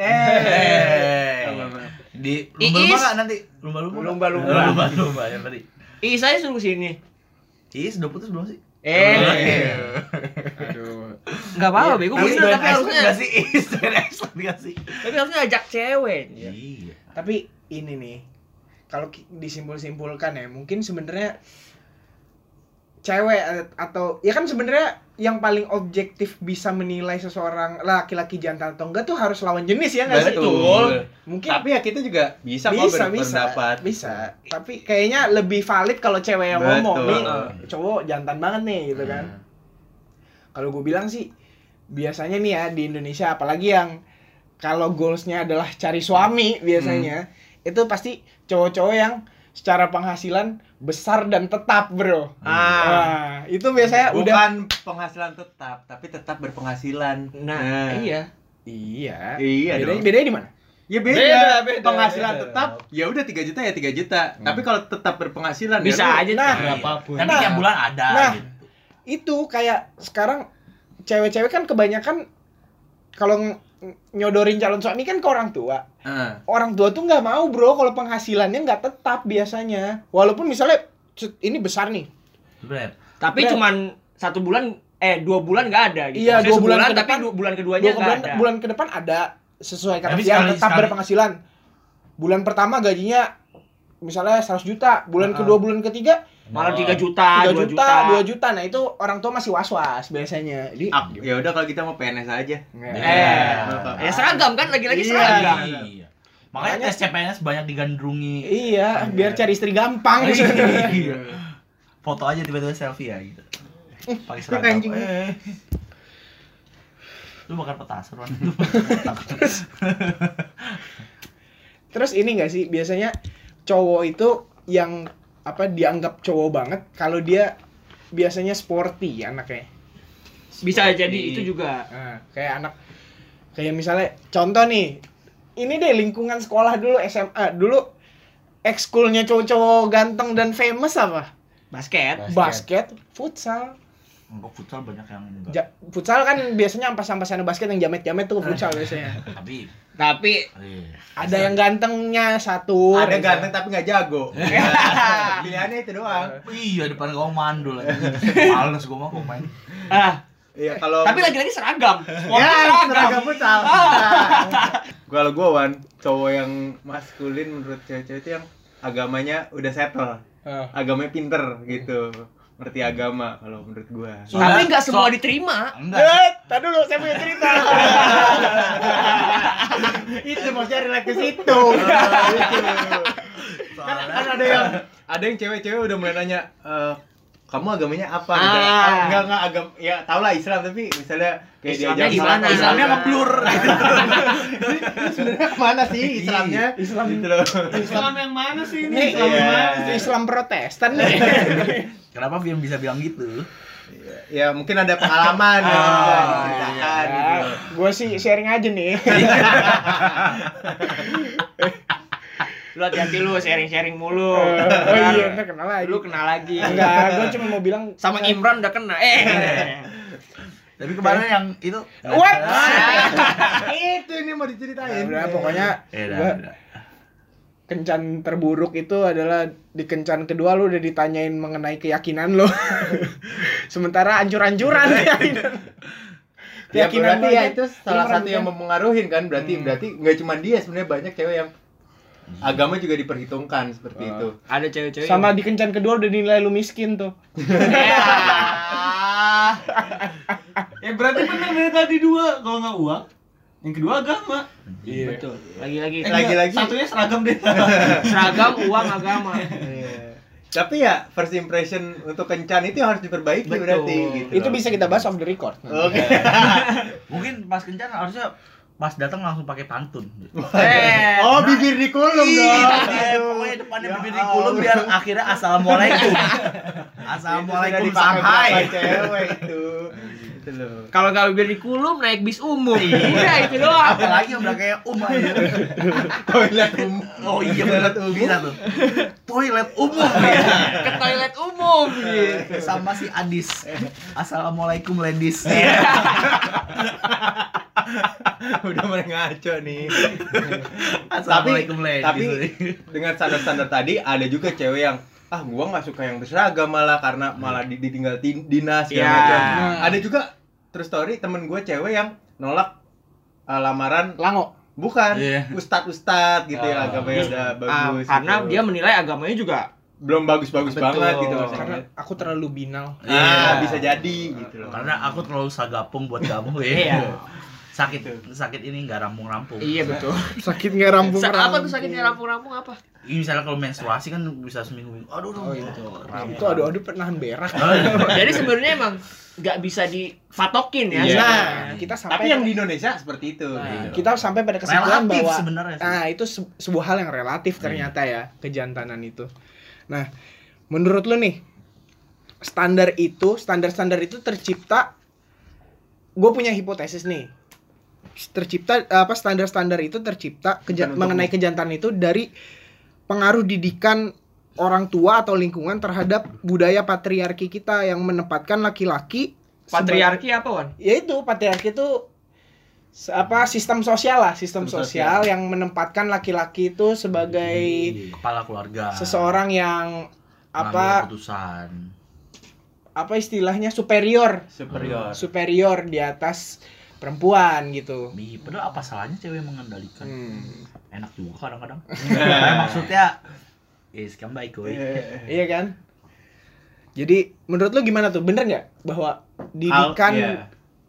Di Iis. lumba-lumba nggak nanti? Lumba-lumba. Lumba-lumba. Lumba-lumba yang tadi. Ih, saya suruh sini. Iis udah putus belum sih? aduh. Enggak apa-apa, bego Tapi bener doain tapi Ice harusnya nggak sih? Iis doain Ice nggak sih? tapi harusnya ajak cewek. Iya. Tapi ini nih kalau disimpul-simpulkan ya mungkin sebenarnya cewek atau ya kan sebenarnya yang paling objektif bisa menilai seseorang laki-laki jantan atau enggak tuh harus lawan jenis ya nggak sih? Betul. Mungkin Tapi ya kita juga bisa kok berpendapat. bisa. Tapi kayaknya lebih valid kalau cewek yang Betul. ngomong nih cowok jantan banget nih gitu kan. Kalau gue bilang sih biasanya nih ya di Indonesia apalagi yang kalau goalsnya adalah cari suami biasanya itu pasti cowok-cowok yang secara penghasilan besar dan tetap bro. Nah, itu biasanya udah Bukan penghasilan tetap, tapi tetap berpenghasilan. Nah, iya. iya. Iya Bedanya, dong. bedanya di mana? Ya beda, Beda. penghasilan tetap ya udah 3 juta ya 3 juta. Tapi kalau tetap berpenghasilan Bisa ya lu- aja Nah, Berapapun. Tapi Nah. tiap bulan ada Nah. gitu. Itu kayak sekarang cewek-cewek kan kebanyakan kalau nyodorin calon suami kan ke orang tua. Orang tua tuh nggak mau bro kalau penghasilannya nggak tetap biasanya. Walaupun misalnya ini besar nih. Bener. Tapi Bener. cuman 1 bulan 2 bulan nggak ada gitu. Iya, Maksudnya 2 bulan sebulan, ke tapi depan, bulan keduanya nggak ada. bulan ke depan ada sesuai kata Tapi dia sekali- tetap sekali. berpenghasilan. Bulan pertama gajinya misalnya 100 juta, bulan kedua, bulan ketiga Malah 3 juta, 3 2 juta, juta. 2 juta. Nah, itu orang tua masih was-was biasanya. Jadi Ya udah kalau kita mau PNS aja. Eh. Ya seragam kan lagi-lagi Iya. seragam. Iya. Makanya tes CPNS banyak digandrungi. Iya, biar cari istri gampang. Iya. Foto aja tiba-tiba selfie ya gitu. Pakai seragam. Anjing. Lu bakal petasan Wan. Terus ini enggak sih biasanya cowok itu yang dianggap cowok banget kalau dia biasanya sporty anaknya. Bisa jadi itu juga. Nah, kayak misalnya contoh nih. Ini deh lingkungan sekolah dulu SMA. Dulu ekskulnya cowok-cowok ganteng dan famous apa? Basket, futsal. Enggak, futsal banyak yang enggak. Futsal kan biasanya ampas-ampasan basket yang jamet-jamet tuh futsal biasanya. Tapi Ada yang gantengnya satu. Ada ganteng tapi nggak jago. Pilihannya itu doang. Iya, depan gawang mandul aja. Males gua mau main. Iya kalau. Tapi lagi-lagi seragam. Ya, seragam futsal. Kalau gua Wan, cowok yang maskulin menurut cewek-cewek itu yang agamanya udah settle. Agamanya pinter gitu. Ngerti agama kalau menurut gua. Tapi nggak semua diterima. Enggak. Tadi dulu saya punya cerita. Itu maksudnya relate ke situ. Kan ada yang cewek-cewek udah mulai nanya, kamu agamanya apa? Gitu. Enggak agam, ya tau lah Islam tapi misalnya kayak Islamnya diajak gimana? salat, Islamnya ngeblur. sebenarnya kemana sih Islamnya? Islam gitu loh. Islam yang mana sih ini? Nih, Islam yang mana? Islam Protestan nih. Kenapa film bisa bilang gitu? Ya mungkin ada pengalaman yang bisa diceritakan gitu. Gue sih sharing aja nih. Lu hati-hati lu sharing-sharing mulu. Oh iya, ntar kenal lagi. Lu kenal lagi. Enggak, gue cuma mau bilang Sama Imran udah kena. Tapi kemarin yang itu what? Itu ini mau diceritain. Udah, pokoknya gua kencan terburuk itu adalah di kencan kedua lu udah ditanyain mengenai keyakinan lo. Sementara ancur-ancuran keyakinan. Ya Keyakinan berarti lu ya aja itu salah lu satu yang mempengaruhi kan berarti nggak cuma dia sebenarnya banyak cewek yang agama juga diperhitungkan seperti itu. Ada cewek-cewek. sama di kencan kedua udah dinilai lu miskin tuh. Ya berarti bener dari tadi dua kalau nggak uang. Yang kedua agama. Iya. Betul. Lagi-lagi. Lagi-lagi. Satunya seragam deh. Seragam, uang, agama. Tapi ya first impression untuk kencan itu harus diperbaiki Betul. berarti gitu. Itu loh. bisa kita bahas off the record. Oke. mungkin pas kencan harusnya pas datang langsung pakai pantun. Oh, bibir dikulum dong. Iya, pokoknya depannya bibir dikulum biar akhirnya assalamualaikum. Assalamualaikum Shanghai. Cewek itu. Gitu loh. Kalau bibir dikulum naik bis umum. Udah itu doang. Apalagi yang belakangnya aja. Toilet umum. Oh iya toilet umum bisa tuh. Toilet umum ya. Ke toilet umum gitu. Sama si Adis. Assalamualaikum ladies. Udah mulai ngaco nih. Assalamualaikum ladies. Tapi dengan standar-standar tadi ada juga cewek yang gua nggak suka yang berseragam malah karena malah ditinggal dinas segala Ya. macam. Ada juga true story temen gue cewek yang nolak lamaran Lango. bukan Iya. ustad gitu ya agamanya udah bagus. Karena gitu. dia menilai agamanya juga belum bagus-bagus Betul. banget gitu Karena maksudnya. aku terlalu binal. Bisa jadi gitu loh. Karena aku terlalu sagapung buat kamu ya. Iya. Sakit ini nggak rampung-rampung. Iya betul. Sakit nggak rampung. Apa tuh sakitnya rampung-rampung apa? Ini misalnya kalau menstruasi kan bisa seminggu. Aduh, Itu aduh nahan berak. Jadi sebenarnya emang nggak bisa difatokin ya. Iya. Nah, kita sampai Tapi yang di Indonesia seperti itu. gitu. kita sampai pada kesimpulan Relatif bahwa sebenarnya sih. nah itu sebuah hal yang relatif ternyata ya kejantanan itu. Nah, menurut lu nih standar itu tercipta. Gue punya hipotesis nih. Tercipta standar-standar itu tercipta mengenai kejantanan itu dari pengaruh didikan orang tua atau lingkungan terhadap budaya patriarki kita yang menempatkan laki-laki Patriarki apa, Wan? yaitu patriarki itu sistem sosial yang menempatkan laki-laki itu sebagai kepala keluarga. seseorang yang Mengambil keputusan. Istilahnya superior di atas perempuan gitu. Padahal apa salahnya cewek mengendalikan? Enak juga kadang-kadang. Nah, Maksudnya kan baik gue. Iya kan? Jadi menurut lu gimana tuh? Bener nggak bahwa didikan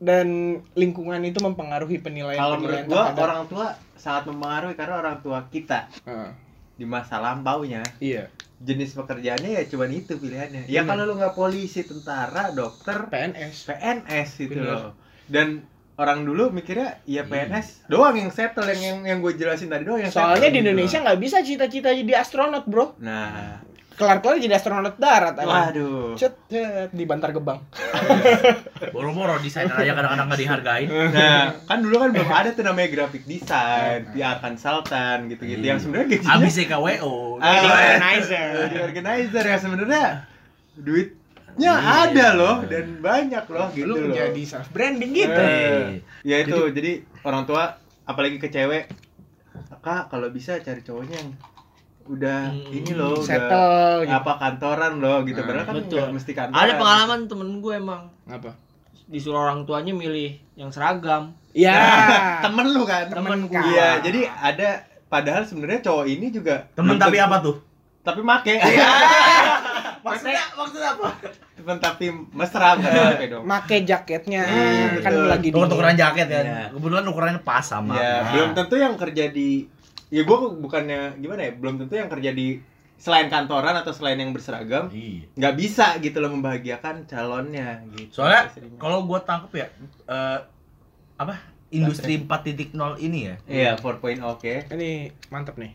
dan lingkungan itu mempengaruhi penilaian. Kalau menurut gua orang tua sangat mempengaruhi karena orang tua kita di masa lampaunya. Iya. Jenis pekerjaannya ya cuman itu pilihannya. Ya kalau lu nggak polisi, tentara, dokter, PNS itu loh. Dan orang dulu mikirnya ya PNS doang yang settle, yang gue jelasin tadi doang yang soalnya settle, di Indonesia nggak bisa cita-cita jadi astronot, bro. Nah, kelar-kelar jadi astronot darat. Waduh. Cet di Bantar Gebang. Boro-boro desainer aja kadang-kadang nggak dihargain. Nah, kan dulu kan belum ada tuh namanya graphic design, PR consultant gitu-gitu yang sebenarnya gajinya abis KWO. Di organizer ya sebenarnya duitnya ada loh dan banyak loh gitu lu loh. Jadi self branding gitu. Ya itu jadi orang tua apalagi ke cewek, Kak kalau bisa cari cowoknya yang udah ini loh settle udah, gitu. Apa kantoran loh gitu padahal kan nggak mesti kantoran. Ada pengalaman temen gue emang apa disuruh orang tuanya milih yang seragam. Ya temen lu kan temen gue. Iya jadi ada padahal sebenarnya cowok ini juga temen tapi apa tuh tapi make maksudnya apa temen tapi mesra kan make dong make jaketnya kan betul. lagi ukuran jaket ya Iya. kebetulan ukurannya pas sama ya belum tentu yang kerja di ya gue bukannya gimana ya belum tentu yang kerja di selain kantoran atau selain yang berseragam nggak bisa gitu loh membahagiakan calonnya gitu. Soalnya kalau gue tangkep ya apa industri 4.0 ini ya iya 4.0 oke. Ini mantap nih.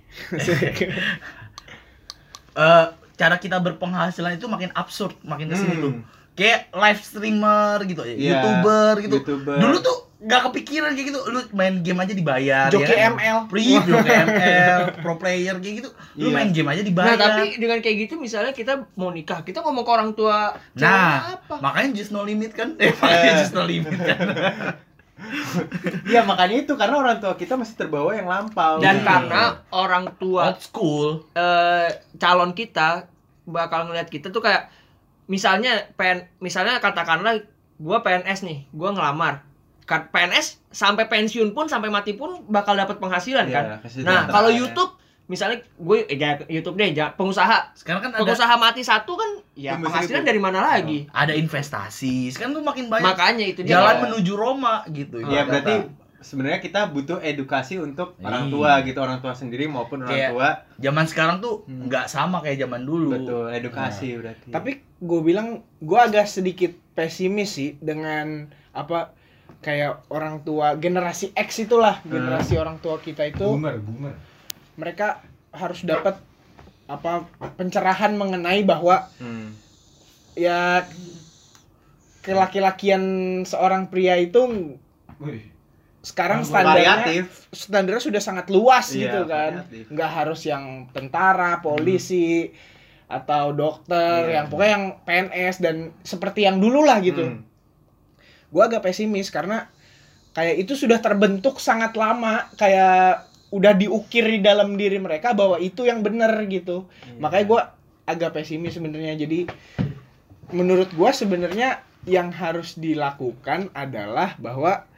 Cara kita berpenghasilan itu makin absurd makin kesini tuh kayak live streamer gitu ya YouTuber gitu dulu tuh nggak kepikiran kayak gitu lu main game aja dibayar Joki ya? ML Joki ML pro player kayak gitu lu main game aja dibayar. Nah tapi dengan kayak gitu misalnya kita mau nikah kita ngomong ke orang tua apa? Makanya just no limit kan makanya just no limit kan. Iya makanya itu karena orang tua kita masih terbawa yang lampau dan karena orang tua old school calon kita bakal ngeliat kita tuh kayak misalnya katakanlah gua PNS nih gua ngelamar PNS sampai pensiun pun sampai mati pun bakal dapat penghasilan kan. Nah kalau YouTube misalnya gue YouTube deh pengusaha sekarang kan pengusaha mati satu kan ya penghasilan dari mana lagi ada investasi sekarang tuh makin banyak makanya itu dia jalan menuju Roma gitu ya berarti sebenarnya kita butuh edukasi untuk orang tua gitu orang tua sendiri maupun orang tua zaman sekarang tuh nggak sama kayak zaman dulu. Betul edukasi berarti tapi gue bilang gue agak sedikit pesimis sih dengan apa kayak orang tua generasi X itulah generasi orang tua kita itu boomer mereka harus dapat apa pencerahan mengenai bahwa ya kelaki-lakian seorang pria itu sekarang standarnya sudah sangat luas gitu kan nggak harus yang tentara polisi atau dokter yang pokoknya yang PNS dan seperti yang dulu lah gitu. Gue agak pesimis karena kayak itu sudah terbentuk sangat lama kayak udah diukir di dalam diri mereka bahwa itu yang benar gitu. Makanya gue agak pesimis sebenarnya. Jadi menurut gue sebenarnya yang harus dilakukan adalah bahwa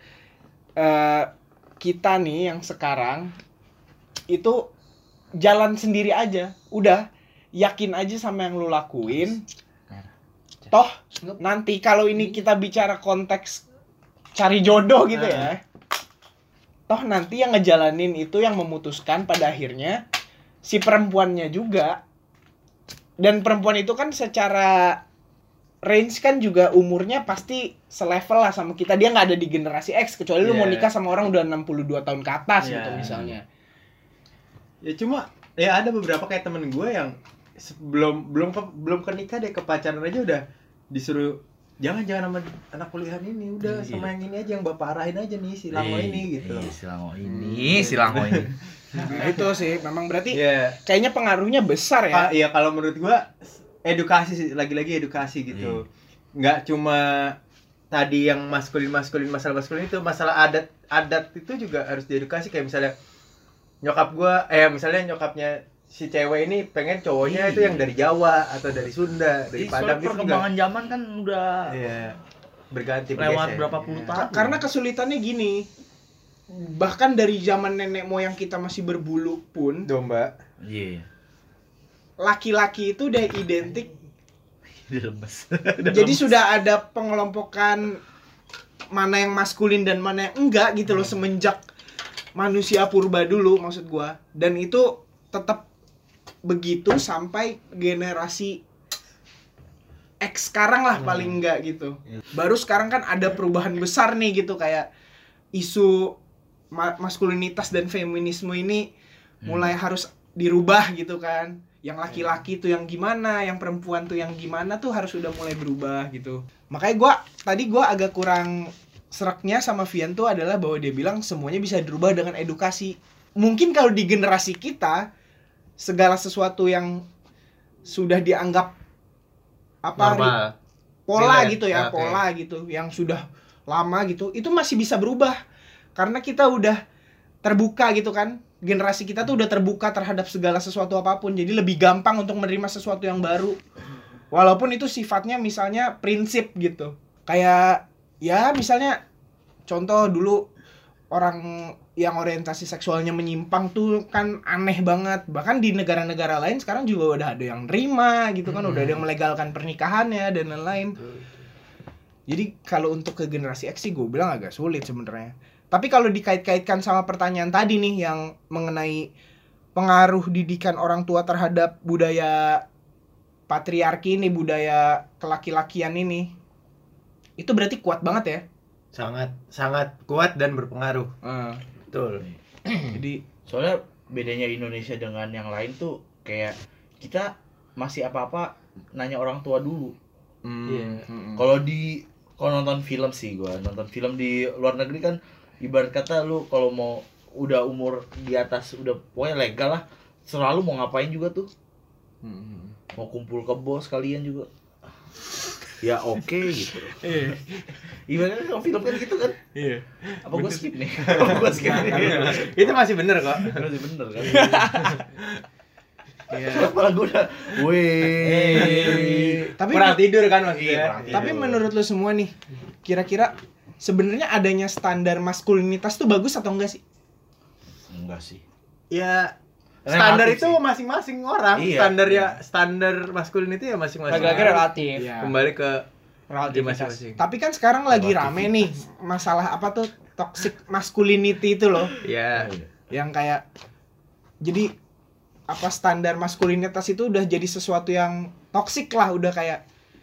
kita nih yang sekarang itu jalan sendiri aja. Udah yakin aja sama yang lu lakuin. Toh nanti kalau ini kita bicara konteks cari jodoh gitu ya. Toh nanti yang ngejalanin itu yang memutuskan pada akhirnya si perempuannya juga. Dan perempuan itu kan secara range kan juga umurnya pasti selevel lah sama kita. Dia nggak ada di generasi X kecuali lu mau nikah sama orang udah 62 tahun ke atas gitu misalnya. Ya cuma ya ada beberapa kayak temen gue yang belum ke nikah deh ke pacaran aja udah disuruh jangan sama anak kuliahan ini udah sama yang ini aja yang bapak arahin aja nih si Lango ini gitu. Si Lango ini. Nah, itu sih memang berarti kayaknya pengaruhnya besar ya. Iya kalau menurut gue edukasi sih lagi-lagi edukasi gitu. Nggak cuma tadi yang maskulin masalah maskulin itu masalah adat itu juga harus diedukasi kayak misalnya misalnya nyokapnya si cewek ini pengen cowoknya itu yang dari Jawa atau dari Sunda, dari Padang gitu. Perkembangan zaman kan udah berganti lewat berapa puluh tahun. Karena kesulitannya gini. Bahkan dari zaman nenek moyang kita masih berbulu pun domba. Laki-laki itu udah identik dilemes. Jadi sudah ada pengelompokan mana yang maskulin dan mana yang enggak gitu loh semenjak manusia purba dulu maksud gua. Dan itu tetap begitu sampai generasi X sekarang lah paling enggak gitu. Baru sekarang kan ada perubahan besar nih gitu, kayak isu maskulinitas dan feminisme ini mulai harus dirubah gitu kan. Yang laki-laki tuh yang gimana, yang perempuan tuh yang gimana tuh harus udah mulai berubah gitu. Makanya tadi gua agak kurang seraknya sama Vian tuh adalah bahwa dia bilang semuanya bisa dirubah dengan edukasi. Mungkin kalau di generasi kita segala sesuatu yang sudah dianggap pola gitu ya, pola gitu yang sudah lama gitu, itu masih bisa berubah karena kita udah terbuka gitu kan. Generasi kita tuh udah terbuka terhadap segala sesuatu apapun, jadi lebih gampang untuk menerima sesuatu yang baru walaupun itu sifatnya misalnya prinsip gitu. Kayak ya misalnya contoh dulu orang yang orientasi seksualnya menyimpang tuh kan aneh banget. Bahkan di negara-negara lain sekarang juga udah ada yang nerima gitu kan, udah ada yang melegalkan pernikahannya dan lain-lain. Jadi kalau untuk ke generasi X sih gue bilang agak sulit sebenarnya. Tapi kalau dikait-kaitkan sama pertanyaan tadi nih yang mengenai pengaruh didikan orang tua terhadap budaya patriarki ini, budaya kelaki-lakian ini, itu berarti kuat banget ya? Sangat kuat dan berpengaruh. Betul. Jadi soalnya bedanya Indonesia dengan yang lain tuh kayak kita masih apa-apa nanya orang tua dulu. Kalau nonton film sih, gua nonton film di luar negeri kan ibarat kata lu kalau mau udah umur di atas udah pokoknya legal lah, selalu mau ngapain juga tuh. Mau kumpul kebo sekalian juga. Ya oke gitu. Gimana kalau film kan gitu kan? Iya. Apa gue skip nih? Gue skip nih. Itu masih bener kok. Masih bener kan? Iya. Kepala gue udah, Tapi kurang tidur kan maksudnya. Tapi menurut lu semua nih, kira-kira sebenarnya adanya standar maskulinitas tuh bagus atau enggak sih? Enggak sih. Ya standar relatif itu sih. masing-masing orang. Iya, standar maskulin itu ya masing-masing. Lagi-lagi relatif. Iya. Kembali ke Relativitas. masing-masing. Tapi kan sekarang lagi rame nih masalah apa tuh toxic masculinity itu loh. Ya. Yang kayak jadi apa standar maskulinitas itu udah jadi sesuatu yang toksik lah, udah kayak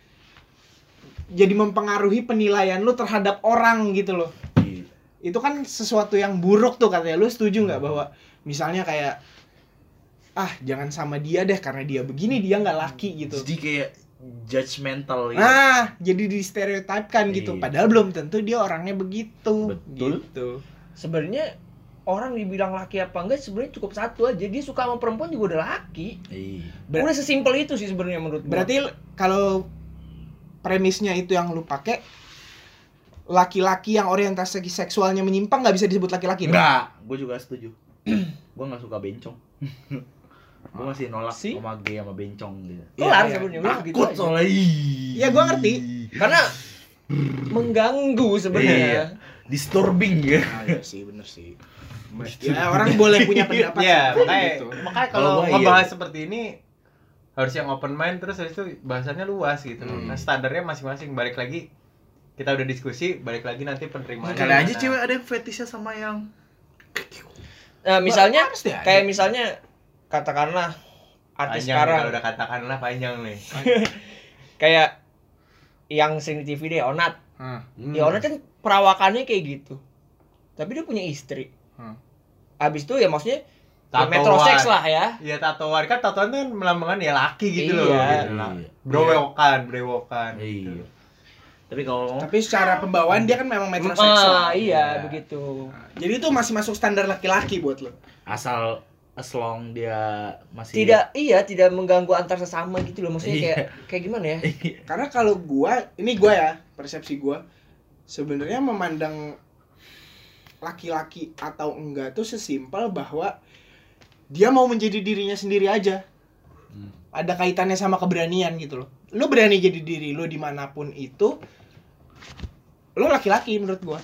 jadi mempengaruhi penilaian lu terhadap orang gitu loh. Itu kan sesuatu yang buruk tuh katanya. Lu setuju nggak bahwa misalnya kayak jangan sama dia deh karena dia begini, dia nggak laki gitu. Jadi kayak judgmental gitu. Jadi di stereotipkan gitu. Iya. Padahal belum tentu dia orangnya begitu. Betul. Gitu. Sebenarnya orang dibilang laki apa enggak sebenarnya cukup satu aja, dia suka sama perempuan juga udah laki. Udah sesimpel itu sih sebenarnya menurut gua. Berarti kalau premisnya itu yang lu pakai, laki-laki yang orientasi seksualnya menyimpang nggak bisa disebut laki-laki? Enggak, gue juga setuju. Gue nggak suka bencong. Gue masih nolak sama gay sama bencong gitu. Kelar sebenarnya gua gitu Takut aja. soalnya. Ya gue ngerti. Karena mengganggu sebenarnya. Iya. Disturbing ya. Iya sih, bener sih. Ya orang boleh punya pendapat. Ya, gitu. makanya Kalau kalau gua ngebahas iya. seperti ini harus yang open mind, terus habis itu bahasannya luas gitu loh. Nah, standarnya masing-masing, balik lagi kita udah diskusi, balik lagi nanti penerimaan. Kali aja cewek ada yang fetishnya sama yang Nah, misalnya Harus deh ada. kayak misalnya katakanlah artis panjang, sekarang kalau udah katakanlah panjang nih. kayak yang sering di TV deh, Onat. Ya Onat kan perawakannya kayak gitu. Tapi dia punya istri. Abis itu ya maksudnya Tatoan. metroseks lah ya. Iya, tatoan kan kan melambangkan ya laki gitu loh. Iya. Gitu lah. Iya. Brewokan. Iya. Tapi kalau Tapi secara pembawaan dia kan memang metroseksual. Iya, begitu. Jadi itu masih masuk standar laki-laki buat lo. asal as long dia masih Tidak mengganggu antar sesama gitu loh. Maksudnya kayak gimana ya? Karena kalau gua ya, persepsi gua sebenarnya memandang laki-laki atau enggak tuh sesimpel bahwa dia mau menjadi dirinya sendiri aja. Ada kaitannya sama keberanian gitu loh. Lu berani jadi diri lu dimanapun itu, lu laki-laki menurut gua.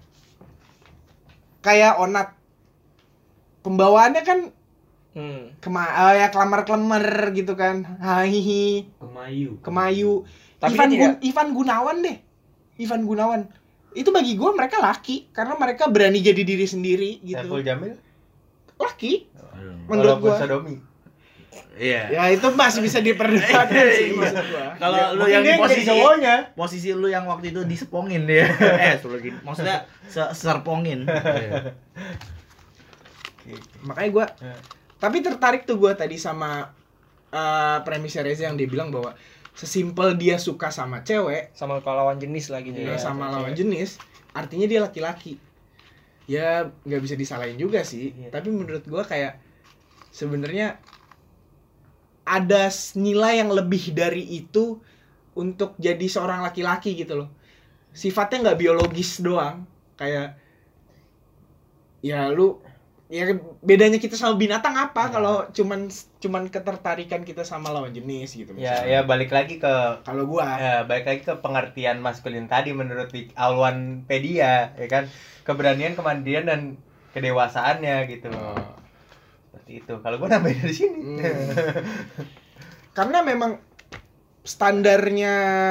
Kayak Onat, pembawaannya kan ya kelamar-kelamar gitu kan, hahihi, kemayu. Tapi Ivan Gunawan deh, itu bagi gue mereka laki karena mereka berani jadi diri sendiri gitu. Saiful Jamil Laki menurut walaupun gue. sodomi. Iya. Ya itu masih bisa diperdebatkan sih maksud gue. Kalau lu Mungkin yang di dia jadi posisi cowoknya. posisi lu yang waktu itu disepongin dia. Maksudnya serpongin. Makanya gue tapi tertarik tuh gue tadi sama premisnya Reza yang dia bilang bahwa sesimpel dia suka sama cewek Sama kalau lawan jenis lah gitu ya. sama lawan jenis artinya dia laki-laki. Ya nggak bisa disalahin juga sih. Tapi menurut gue kayak sebenarnya ada nilai yang lebih dari itu untuk jadi seorang laki-laki gitu loh. Sifatnya nggak biologis doang. Kayak ya lu ya bedanya kita sama binatang apa kalau cuman ketertarikan kita sama lawan jenis gitu Ya misalnya. ya balik lagi ke Kalau gua balik lagi ke pengertian maskulin tadi menurut Alwanpedia ya kan, keberanian, kemandirian dan kedewasaannya gitu loh. Seperti itu. Kalau gua nambahin dari sini. Karena memang standarnya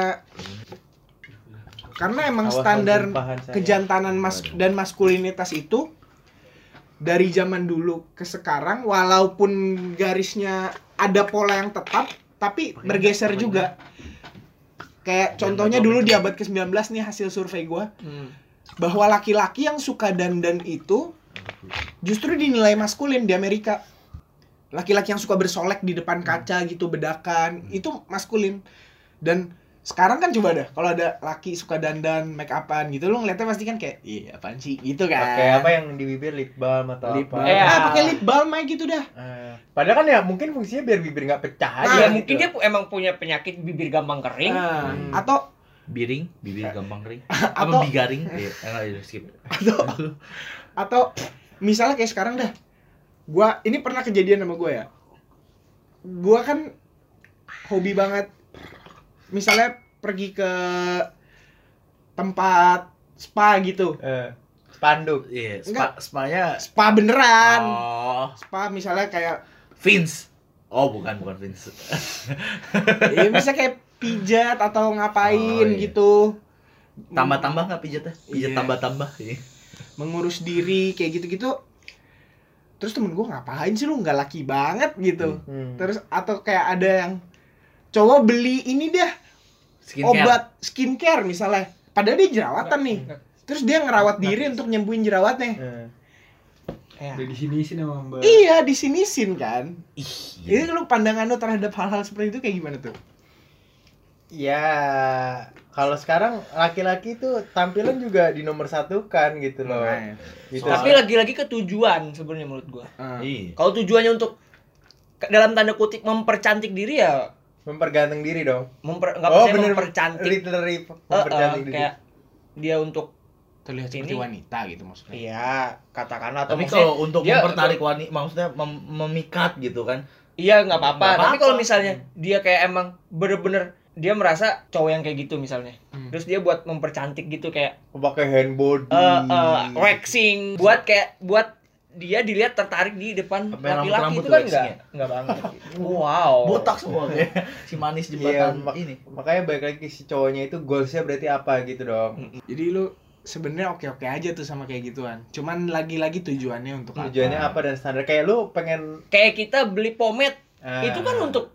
Awas, standar tumpahan saya. kejantanan dan maskulinitas itu dari zaman dulu ke sekarang walaupun garisnya ada pola yang tetap tapi bergeser juga. Kayak contohnya dulu di abad ke-19 nih hasil survei gua. Bahwa laki-laki yang suka dandan itu justru dinilai maskulin di Amerika. Laki-laki yang suka bersolek di depan kaca gitu, bedakan, itu maskulin. Dan sekarang kan coba dah, kalau ada laki suka dandan, make upan gitu, lu ngeliatnya pasti kan kayak, iya apaan sih, gitu kan. Pakai apa yang di bibir, lip balm atau Lip apa. balm. Pakai lip balm aja gitu dah. Padahal kan ya mungkin fungsinya biar bibir nggak pecah aja. Ya gitu. mungkin dia emang punya penyakit bibir gampang kering. Atau Bibir gampang kering. Atau- Apa bigaring? Iya, skip. atau misalnya kayak sekarang dah. Ini pernah kejadian sama gue ya. Gua kan hobi banget misalnya pergi ke tempat spa gitu. Spanduk. Iya, Enggak. spa-nya Spa beneran. Spa misalnya kayak Vince. Oh, bukan Vince. ya bisa kayak pijat atau ngapain Oh, iya. gitu. Tambah-tambah enggak pijatnya? Pijat Iya. tambah-tambah. Iya. Mengurus diri kayak gitu-gitu. Terus temen gue ngapain sih lu nggak laki banget gitu. Terus atau kayak ada yang cowok beli ini dah obat skincare misalnya. Padahal dia jerawatan nih. Terus dia ngerawat diri untuk nyembuhin jerawatnya. Udah disini-sini sama Mbak. Iya, disinisin kan. Ini lu pandangan lu terhadap hal-hal seperti itu kayak gimana tuh? Ya, kalau sekarang laki-laki tuh tampilan juga di nomor satu kan gitu loh. Gitu. Tapi lagi-lagi ke tujuan sebenarnya menurut gua. Iya. Kalau tujuannya untuk dalam tanda kutip mempercantik diri ya memperganteng diri dong. nggak percaya bener, mempercantik. literally mempercantik diri. Kayak dia untuk Terlihat seperti Ini- wanita gitu maksudnya. iya katakanlah atau Tapi maksudnya kalau untuk dia- mempertarik wanita, maksudnya memikat gitu kan. iya nggak apa-apa. Nggak Tapi apa-apa. kalau misalnya dia kayak emang bener-bener dia merasa cowok yang kayak gitu misalnya, terus dia buat mempercantik gitu kayak Pakai hand body. waxing buat dia dilihat tertarik di depan Sampai laki-laki rambut-rambut itu kan waxing nggak banget. Wow. Botak semua kayak si manis Iya, jembatan ini. makanya balik lagi si cowoknya itu goalsnya berarti apa gitu dong. Jadi lu sebenarnya oke-oke aja tuh sama kayak gituan. Cuman lagi-lagi tujuannya untuk Tujuannya apa dan standar, kayak lu pengen Kayak kita beli pomade itu kan untuk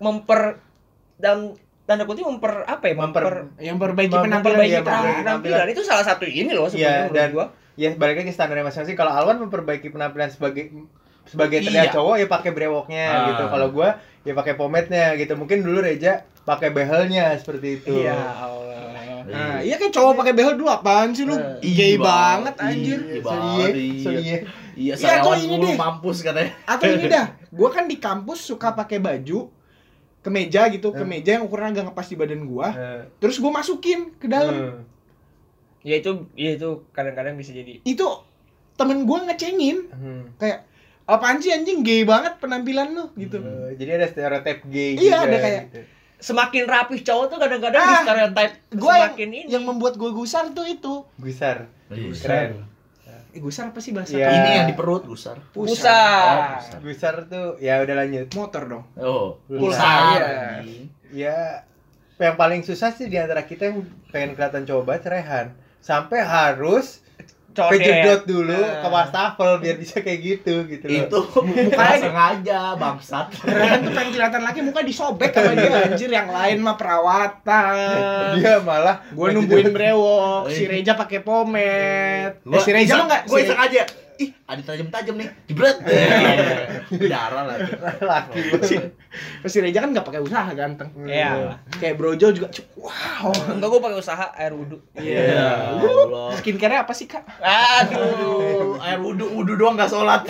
dalam tanda kutip yang perbaiki memperbaiki penampilan kita. penampilan itu salah satu ini loh sebenarnya Iya, dan menurut gua. ya balik lagi standarnya masing-masing. Kalau Alwan memperbaiki penampilan sebagai terlihat Iya. cowok ya pakai brewoknya gitu. Kalau gua ya pakai pomade-nya gitu. Mungkin dulu Reja pakai behelnya seperti itu. Iya Allah. Nah, iya kayak cowok pakai behel dulu apaan sih lu? Gay banget anjir. Iya, So, iya. Iya, Iya, atau sariawan ini 10 deh. mampus katanya. Atau ini dah, gua kan di kampus suka pakai baju kemeja gitu, kemeja yang ukuran agak ngepas di badan gua. Terus gua masukin ke dalam. Ya itu kadang-kadang bisa jadi. Itu temen gua ngecengin kayak apaan sih anjing gay banget penampilan lu gitu. Jadi ada stereotip gay Iya, juga, ada kayak gitu. Semakin rapih cowok tuh kadang-kadang di stereotype gua semakin ini. yang membuat gua gusar tuh itu. Gusar. Iya. Keren. Gusar apa sih bahasa? Iya. Ini yang di perut gusar. Pusar. Gusar tuh ya udah lanjut. Motor dong. Oh, Pulsar. anjing. Ya yang paling susah sih di antara kita yang pengen kelihatan cowok banget Rehan. sampai harus kejedot dulu ke wastafel biar bisa kayak gitu loh. Itu mukanya sengaja bangsat. Keren tuh pengen kelihatan laki muka disobek sama dia anjir, yang lain mah perawatan. Dia malah Gua nungguin brewok, si Reja pakai pomade. Si Reja mah enggak, gue sengaja. Ih, ada tajam-tajam nih. Jebret. Darah lah. laki. Si Reja kan enggak pakai usaha ganteng. Iya. Kayak Brojo juga wow. Enggak, gua pakai usaha air wudhu. Iya. Allah. Skincare-nya apa sih, Kak? Aduh, air wudhu doang enggak sholat.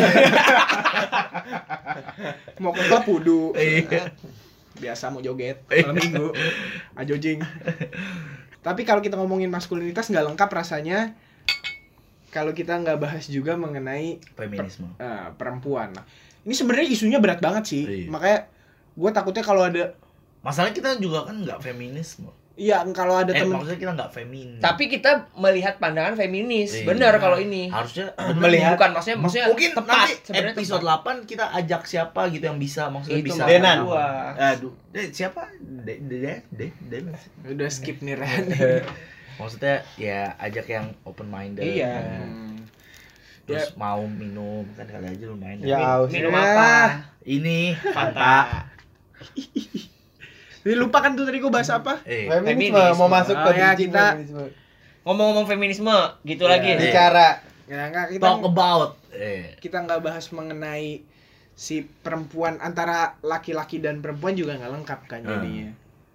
Mau ke klub wudhu. Iya. Biasa mau joget malam minggu. Ajojing. Tapi kalau kita ngomongin maskulinitas nggak lengkap rasanya kalau kita nggak bahas juga mengenai Feminisme. perempuan. Nah, ini sebenarnya isunya berat banget sih. Iya. Makanya gue takutnya kalau ada Masalahnya kita juga kan nggak feminisme. iya kalau ada temen Maksudnya kita nggak feminin. Tapi kita melihat pandangan feminis. Iya. Benar kalau ini. Harusnya Melihat Bukan maksudnya mungkin tepat nanti sebenarnya episode tepat. 8 kita ajak siapa gitu yang bisa, maksudnya Itu bisa. Denan. gua. Aduh, siapa? Denan. udah skip nih Ren. Maksudnya ya ajak yang open minded. Iya. Terus mau minum kan kali aja lumayan. Ya, aus. Minum Ya. apa? Ini Fanta. Ini lupa kan tuh tadi gue bahas apa? Feminisme Feminisme. mau masuk ke Oh, ya, bridging kita- feminisme. Ngomong-ngomong feminisme, gitu Ya. lagi. Bicara Ya nggak kita Talk about. kita nggak bahas mengenai si perempuan antara laki-laki dan perempuan juga nggak lengkap kan jadinya.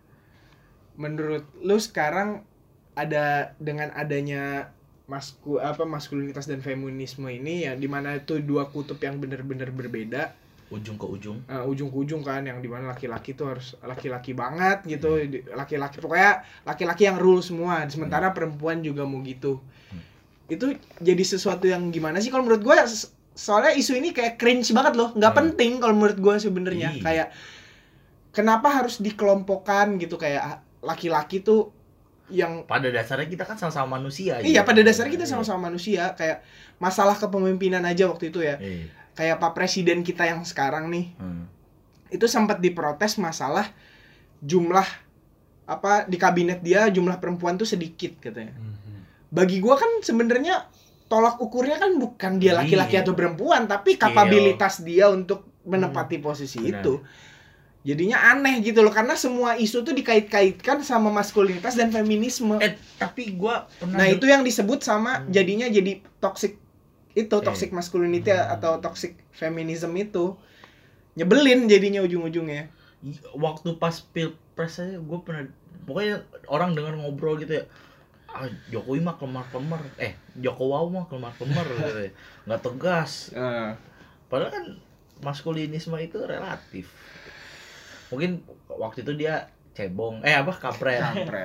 Menurut lu sekarang ada dengan adanya maskulinitas dan feminisme ini ya dimana itu dua kutub yang benar-benar berbeda Ujung ke ujung. ujung ke ujung kan yang dimana laki-laki tuh harus laki-laki banget gitu laki-laki pokoknya laki-laki yang rule semua sementara perempuan juga mau gitu itu jadi sesuatu yang gimana sih kalau menurut gue soalnya isu ini kayak cringe banget loh nggak penting kalau menurut gue sebenarnya Iya. kayak kenapa harus dikelompokkan gitu kayak laki-laki tuh yang Pada dasarnya kita kan sama-sama manusia. iya pada dasarnya kita sama-sama manusia kayak masalah kepemimpinan aja waktu itu ya Iya. kayak Pak Presiden kita yang sekarang nih itu sempat diprotes masalah jumlah apa di kabinet dia jumlah perempuan tuh sedikit katanya. Bagi gua kan sebenarnya tolak ukurnya kan bukan dia laki-laki Iya. atau perempuan tapi Skill. kapabilitas dia untuk menepati posisi Benar. itu. Jadinya aneh gitu loh karena semua isu tuh dikait-kaitkan sama maskulinitas dan feminisme. Tapi gua pernah Nah, itu yang disebut sama jadinya jadi toxic itu toxic masculinity atau toxic feminism itu nyebelin jadinya ujung-ujungnya. waktu pas pilpres aja gue pernah pokoknya orang dengar ngobrol gitu ya, Jokowi mah kelemar-kelemar, Jokowi mah kelemar-kelemar gitu ya. Nggak tegas. Padahal kan maskulinisme itu relatif. Mungkin waktu itu dia cebong, kampret.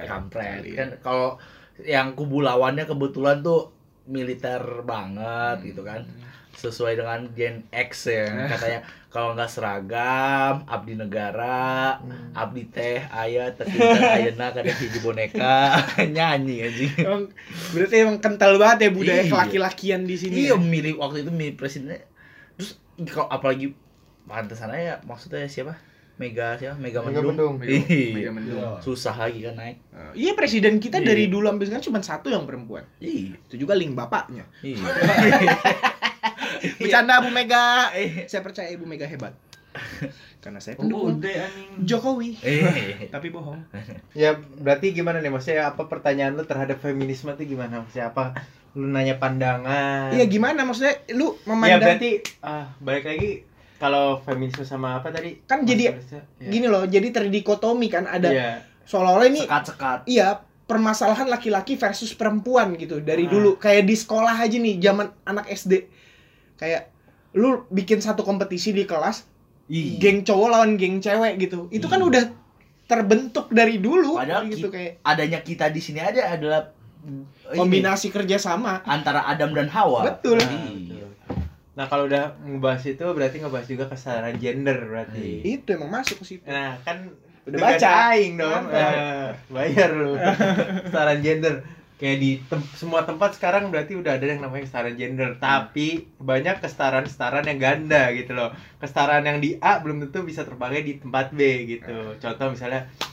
Kan kalau yang kubu lawannya kebetulan tuh militer banget gitu kan. Sesuai dengan Gen X ya, katanya kalau nggak seragam, abdi negara, abdi teh, aya tercinta ayeuna kada hiji boneka, nyanyi anjing. Berarti emang kental banget ya budaya Iya. kelaki-lakian di sini. Iya, Ya? milih waktu itu milih presidennya. Terus kalau apalagi pantesan aja maksudnya siapa? Mega Mendung. Iya. Susah lagi kan naik. Iya presiden kita Iya. dari dulu sampai sekarang cuma satu yang perempuan. Iya. Itu juga link bapaknya. Iya. Bercanda Bu Mega. Saya percaya Ibu Mega hebat. Karena saya pendukung Jokowi. Tapi bohong. ya berarti gimana nih maksudnya apa pertanyaan lu terhadap feminisme itu gimana maksudnya apa lu nanya pandangan Iya gimana maksudnya lu ya memandang berarti balik lagi kalau feminisme sama apa tadi kan jadi gini loh, jadi terdikotomi kan ada Iya. seolah-olah ini Sekat-sekat. iya permasalahan laki-laki versus perempuan gitu dari dulu kayak di sekolah aja nih zaman anak SD kayak lu bikin satu kompetisi di kelas geng cowok lawan geng cewek gitu itu kan udah terbentuk dari dulu Padahal gitu kayak adanya kita di sini aja adalah kombinasi kerja sama antara Adam dan Hawa. Betul. Iya. Nah kalau udah ngebahas itu berarti ngebahas juga kesetaraan gender berarti. itu emang masuk ke situ. Nah kan Udah tugas baca. aing dong. Bayar lu. Kesetaraan gender. Kayak di semua tempat sekarang berarti udah ada yang namanya kesetaraan gender. Tapi banyak kesetaraan yang ganda gitu loh. Kesetaraan yang di A belum tentu bisa terpakai di tempat B gitu. Contoh misalnya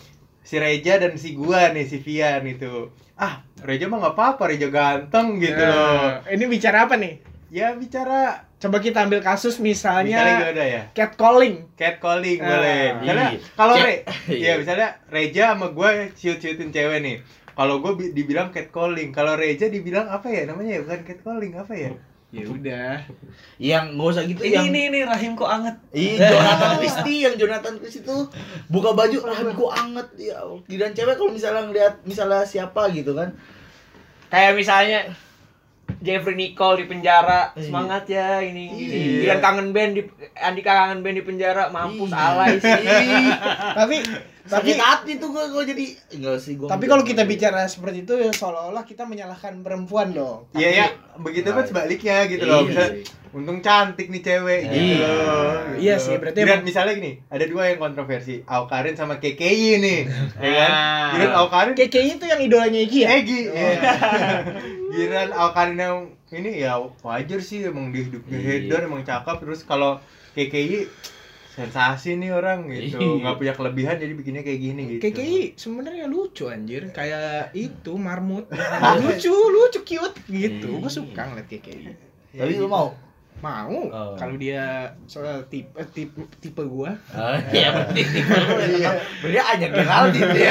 si Reja dan si gua nih, si Vian itu. Reja mah nggak apa-apa, Reja ganteng gitu loh. Ini bicara apa nih? Ya bicara, Coba kita ambil kasus misalnya gimana ya? catcalling. Catcalling boleh. Misalnya kalau misalnya Reja sama gua ciut-ciutin cewek nih. Kalau gua dibilang catcalling, kalau Reja dibilang apa ya namanya ya? Bukan catcalling, apa ya? Ya udah. Yang nggak usah gitu. Ini rahim kok anget. Iya, Jonathan Christie itu buka baju rahim kok anget ya. Dan cewek kalau misalnya ngeliat misalnya siapa gitu kan. Kayak misalnya Jeffrey Nicole di penjara, semangat ya ini. Dia kangen band Andika kangen band di penjara, mampus alay sih. Tapi Sakit hati tuh gue jadi enggak sih gue. Tapi kalau kita bicara seperti itu ya seolah-olah kita menyalahkan perempuan dong. Iya ya, begitu kan sebaliknya gitu loh. Bisa untung cantik nih cewek gitu loh. Iya sih, berarti dan misalnya gini, ada dua yang kontroversi, Awkarin sama KKI nih. Ya kan? Giliran Awkarin KKI itu yang idolanya Egi ya? Egi. Giliran Awkarin yang ini ya wajar sih, emang dia hidupnya hedon, emang cakep. Terus kalau KKI sensasi nih orang gitu, nggak punya kelebihan jadi bikinnya kayak gini gitu. KKI sebenarnya lucu anjir, kayak itu marmut. lucu cute gitu. Gue suka ngeliat KKI. Tapi lu mau? Mau kalau dia soal tipe gua. Iya berarti tipe lu ya. Berarti aja Geraldine dia.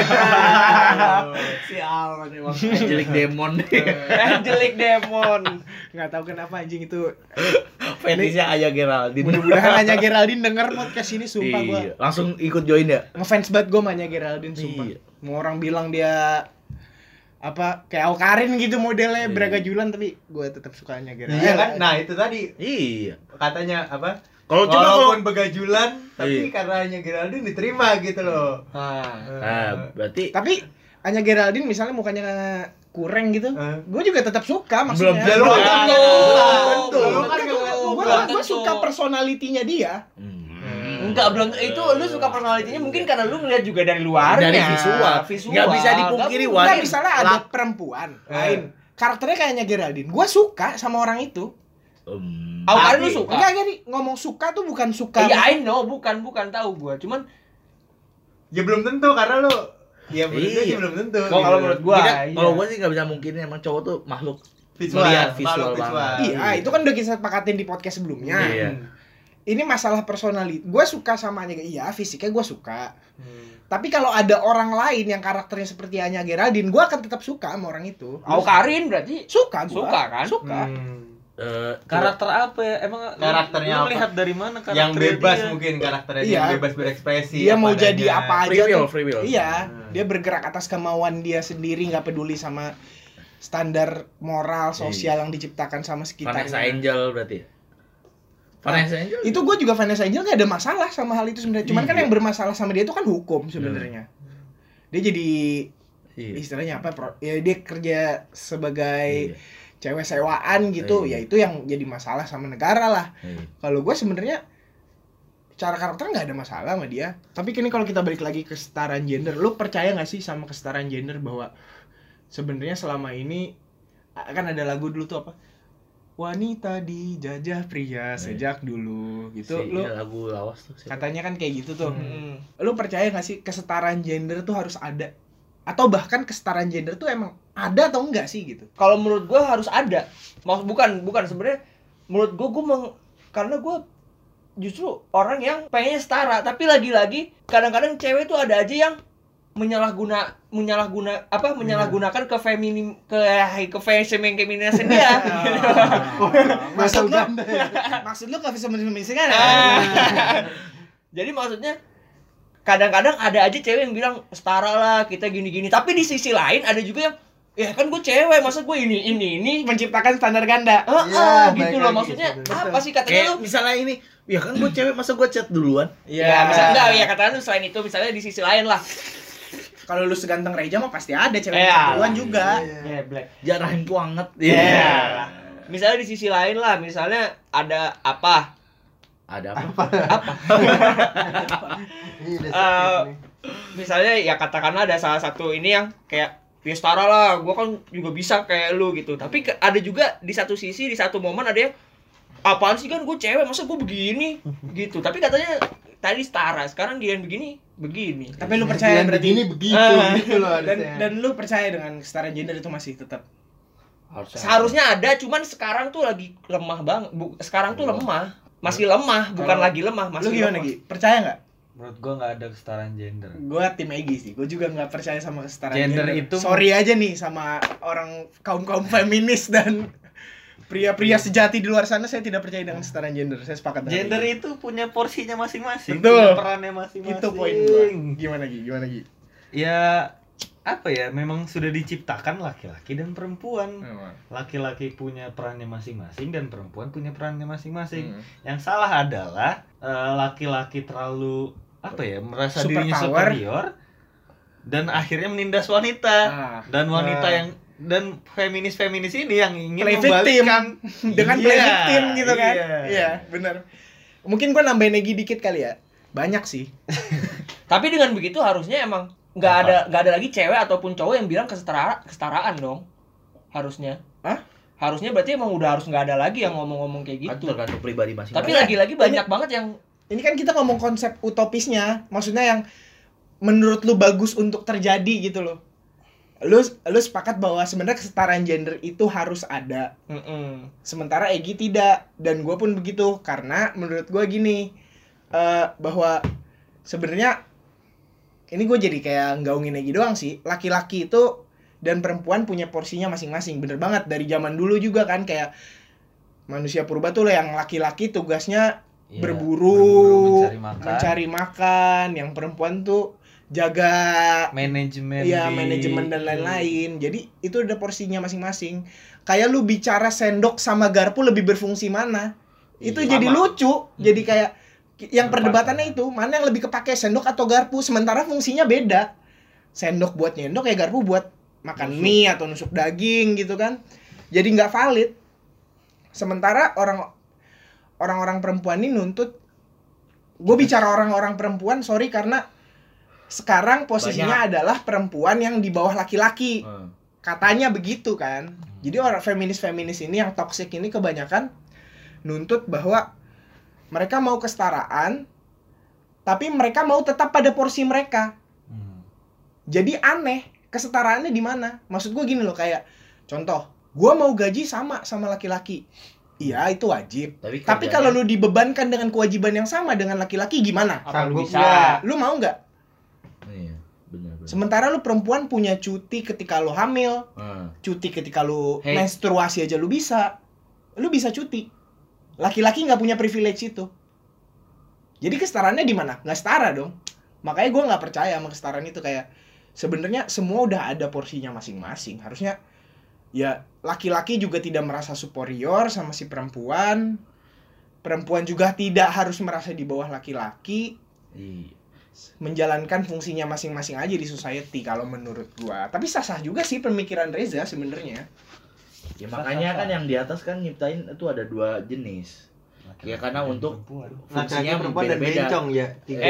Sialan emang Angelic Demon. Angelic Demon. Enggak tahu kenapa anjing itu fetishnya Aya Geraldine. Mudah-mudahan Anya Geraldine denger podcast ini sumpah gua. Langsung ikut join ya. Ngefans banget gua sama Anya Geraldine sumpah. Mau orang bilang dia apa kayak Awkarin gitu modelnya beragajulan, tapi gue tetap suka Anya Geraldine. Iya kan? Nah, itu tadi. Iya. Katanya apa? Walaupun begajulan, tapi karena Anya Geraldine diterima gitu loh. Berarti tapi Anya Geraldine misalnya mukanya kurang gitu, gue juga tetap suka maksudnya. Gue suka personalitinya dia. Enggak, belum itu lu suka personalitinya mungkin karena lu ngeliat juga dari luarnya. Dari visual. Enggak bisa dipungkiri Enggak, misalnya ada perempuan lain karakternya kayaknya Geraldine, gue suka sama orang itu. Awkarin lu suka? Enggak, jadi ngomong suka tuh bukan suka. Iya, I know, bukan tahu gue. Cuman ya belum tentu karena lu ya belum tentu. Kalau menurut gua, kalau gua sih enggak bisa mungkinin, emang cowok tuh makhluk visual banget. Iya, itu kan udah kita sepakatin di podcast sebelumnya. Iya. Ini masalah personality. Gue suka sama Anya, iya fisiknya gue suka. Tapi kalau ada orang lain yang karakternya seperti Anya Geraldine, gue akan tetap suka sama orang itu. Awkarin berarti suka gua. Suka kan? Suka. Karakter apa ya? Emang karakternya lu melihat dari mana karakter yang bebas dia? Mungkin karakternya Iya. yang bebas berekspresi. Dia mau jadi apa aja free will. Iya, dia bergerak atas kemauan dia sendiri, nggak peduli sama standar moral sosial yang diciptakan sama sekitarnya. Vanessa Angel berarti. Vanessa Angel. Itu gue juga Vanessa Angel nggak ada masalah sama hal itu sebenarnya. Cuman kan yang bermasalah sama dia itu kan hukum sebenarnya. Dia jadi istilahnya apa? Ya dia kerja sebagai cewek sewaan gitu. Ya itu yang jadi masalah sama negara lah. Kalau gue sebenarnya cara karakter nggak ada masalah sama dia. Tapi kini kalau kita balik lagi ke kesetaraan gender, lu percaya nggak sih sama kesetaraan gender bahwa sebenarnya selama ini kan ada lagu dulu tuh apa? Wanita dijajah pria sejak dulu gitu. Lu lagu lawas tuh. Katanya kan kayak gitu tuh. Lu percaya gak sih kesetaraan gender tuh harus ada? Atau bahkan kesetaraan gender tuh emang ada atau enggak sih gitu? Kalau menurut gua harus ada. Bukan sebenarnya menurut gua karena gua justru orang yang pengennya setara, tapi lagi-lagi kadang-kadang cewek tuh ada aja yang menyalahgunakan kefemininasan dia. Maksud lu kefemininasan kan? Jadi maksudnya kadang-kadang ada aja cewek yang bilang setara lah kita gini-gini, tapi di sisi lain ada juga yang ya kan gue cewek, masa gue ini menciptakan standar ganda. Gitu loh maksudnya. Apa sih katanya lu? Misalnya ini, ya kan gue cewek, masa gue chat duluan? Ya misalnya enggak, ya katakan lu selain itu misalnya di sisi lain lah. Kalau lu seganteng Reja mah pasti ada cewek duluan juga. Iya, black. Jarahin banget. Iya. Misalnya di sisi lain lah, misalnya ada apa? Ada apa? Misalnya ya katakanlah ada salah satu ini yang kayak ya setara lah, gue kan juga bisa kayak lu gitu. Tapi ada juga di satu sisi, di satu momen ada yang apaan sih kan gue cewek, masa gue begini gitu. Tapi katanya tadi setara, sekarang dia yang begini. Tapi lu percaya berarti ini begitu gitu loh dan lu percaya dengan kesetaraan gender itu masih tetap seharusnya ada, cuman sekarang tuh lagi lemah banget. Sekarang tuh lemah. Masih lemah, bukan lagi lemah, masih. Lu gimana, Gi? Percaya enggak? Menurut gua nggak ada kesetaraan gender. Gua tim Egi sih. Gua juga nggak percaya sama kesetaraan Gender gender. itu Sorry aja nih sama orang kaum feminis dan pria-pria sejati di luar sana, saya tidak percaya dengan kesetaraan gender. Saya sepakat dengan gender Egi. itu punya porsinya masing-masing, Betul. punya perannya masing-masing. Itu poin gua. Gimana Gi? Ya apa ya, memang sudah diciptakan laki-laki dan perempuan. Laki-laki punya perannya masing-masing dan perempuan punya perannya masing-masing. Yang salah adalah laki-laki terlalu apa ya, merasa Super dirinya power. superior dan akhirnya menindas wanita. Dan wanita yang dan feminis ini yang ingin Play membalikkan dengan play victim gitu kan. Iya. Iya, benar. Mungkin gua nambahin Egi dikit kali ya. Banyak sih. Tapi dengan begitu harusnya emang nggak ada lagi cewek ataupun cowok yang bilang kesetaraan dong. Harusnya. Hah? Harusnya berarti emang udah harus nggak ada lagi yang ngomong-ngomong kayak Kan gitu. tergantung pribadi masing-masing. Tapi lagi-lagi banyak banget yang Ini kan kita ngomong konsep utopisnya, maksudnya yang menurut lu bagus untuk terjadi gitu loh. Lu sepakat bahwa sebenarnya kesetaraan gender itu harus ada. Sementara Egi tidak, dan gue pun begitu, karena menurut gue gini, bahwa sebenarnya ini gue jadi kayak nggaungin Egi doang sih. Laki-laki itu dan perempuan punya porsinya masing-masing, bener banget. Dari zaman dulu juga kan, kayak manusia purba tuh yang laki-laki tugasnya berburu, mencari makan, yang perempuan tuh jaga manajemen dan lain-lain. Jadi itu ada porsinya masing-masing. Kayak lu bicara sendok sama garpu lebih berfungsi mana? Itu jadi lucu. Jadi kayak yang perdebatannya itu mana yang lebih kepake, sendok atau garpu, sementara fungsinya beda. Sendok buat nyendok, ya garpu buat makan mie atau nusuk daging gitu kan. Jadi nggak valid. Sementara orang-orang perempuan ini nuntut, gue bicara orang-orang perempuan, sorry, karena sekarang posisinya adalah perempuan yang di bawah laki-laki. Katanya begitu kan. Jadi orang feminis ini yang toxic ini kebanyakan nuntut bahwa mereka mau kesetaraan, tapi mereka mau tetap pada porsi mereka. Jadi aneh, kesetaraannya di mana? Maksud gue gini loh, kayak contoh, gue mau gaji sama laki-laki. Iya, itu wajib. Tapi kalau lu dibebankan dengan kewajiban yang sama dengan laki-laki, gimana? apa lu bisa? Lu mau nggak? Iya, benar. Sementara lu perempuan punya cuti ketika lu hamil, cuti ketika lu menstruasi aja lu bisa cuti. Laki-laki nggak punya privilege itu. Jadi kesetaraannya di mana? Nggak setara dong. Makanya gue nggak percaya sama kesetaraan itu. Kayak sebenarnya semua udah ada porsinya masing-masing. Harusnya ya laki-laki juga tidak merasa superior sama si perempuan. Perempuan juga tidak harus merasa di bawah laki-laki. Menjalankan fungsinya masing-masing aja di society kalau menurut gua. Tapi sah-sah juga sih pemikiran Reza sebenarnya. Ya makanya kan yang di atas kan nyiptain itu ada 2 jenis. Ya karena untuk fungsinya beda-beda. Bencong ya.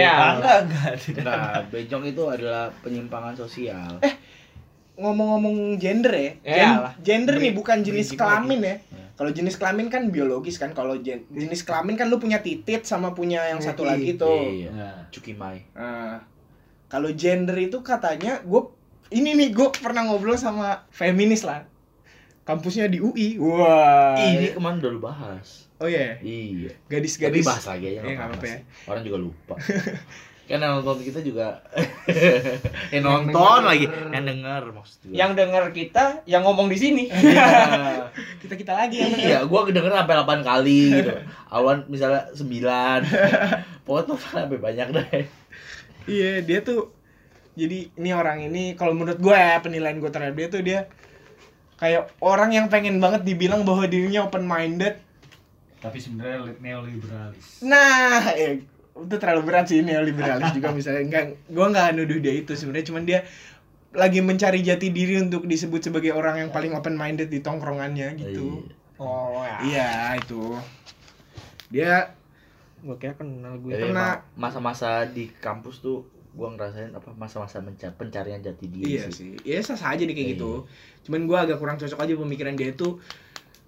Enggak, bencong itu adalah penyimpangan sosial. Ngomong-ngomong gender ya. Gender nih bukan jenis kelamin ya. Kalau jenis kelamin kan biologis kan. Kalau jenis kelamin kan lu punya titit sama punya yang satu lagi tuh. Iya. Cukimai. Kalau gender itu katanya gue pernah ngobrol sama feminis lah. Kampusnya di UI. Wah. Ini kemarin udah lu bahas. Oh iya. Iya. Gadis-gadis. Tapi bahas lagi aja. Nggak apa-apa ya. Orang juga lupa. Kan yang nonton kita juga yang nonton lagi, yang denger maksudnya. Yang denger kita yang ngomong di sini. Iya. Kita lagi yang denger. Iya, gua kedenger sampai 8 kali gitu. Awan misalnya 9. Pokoknya sampai banyak deh. Iya, dia tuh jadi ini orang ini kalau menurut gue ya, penilaian gue terhadap dia tuh dia kayak orang yang pengen banget dibilang bahwa dirinya open minded. Tapi sebenarnya neoliberalis. Nah, itu terlalu berat sih neoliberalis juga misalnya. Gue nggak nuduh dia itu sebenarnya, cuman dia lagi mencari jati diri untuk disebut sebagai orang yang paling open minded di tongkrongannya gitu. Oh ya. Iya itu. Dia gue kira kenal gue. Jadi Pernah masa-masa di kampus tuh gua ngerasain masa-masa pencarian jati diri. Iya sih. Iya sah aja nih kayak gitu. Cuman gua agak kurang cocok aja pemikiran dia itu.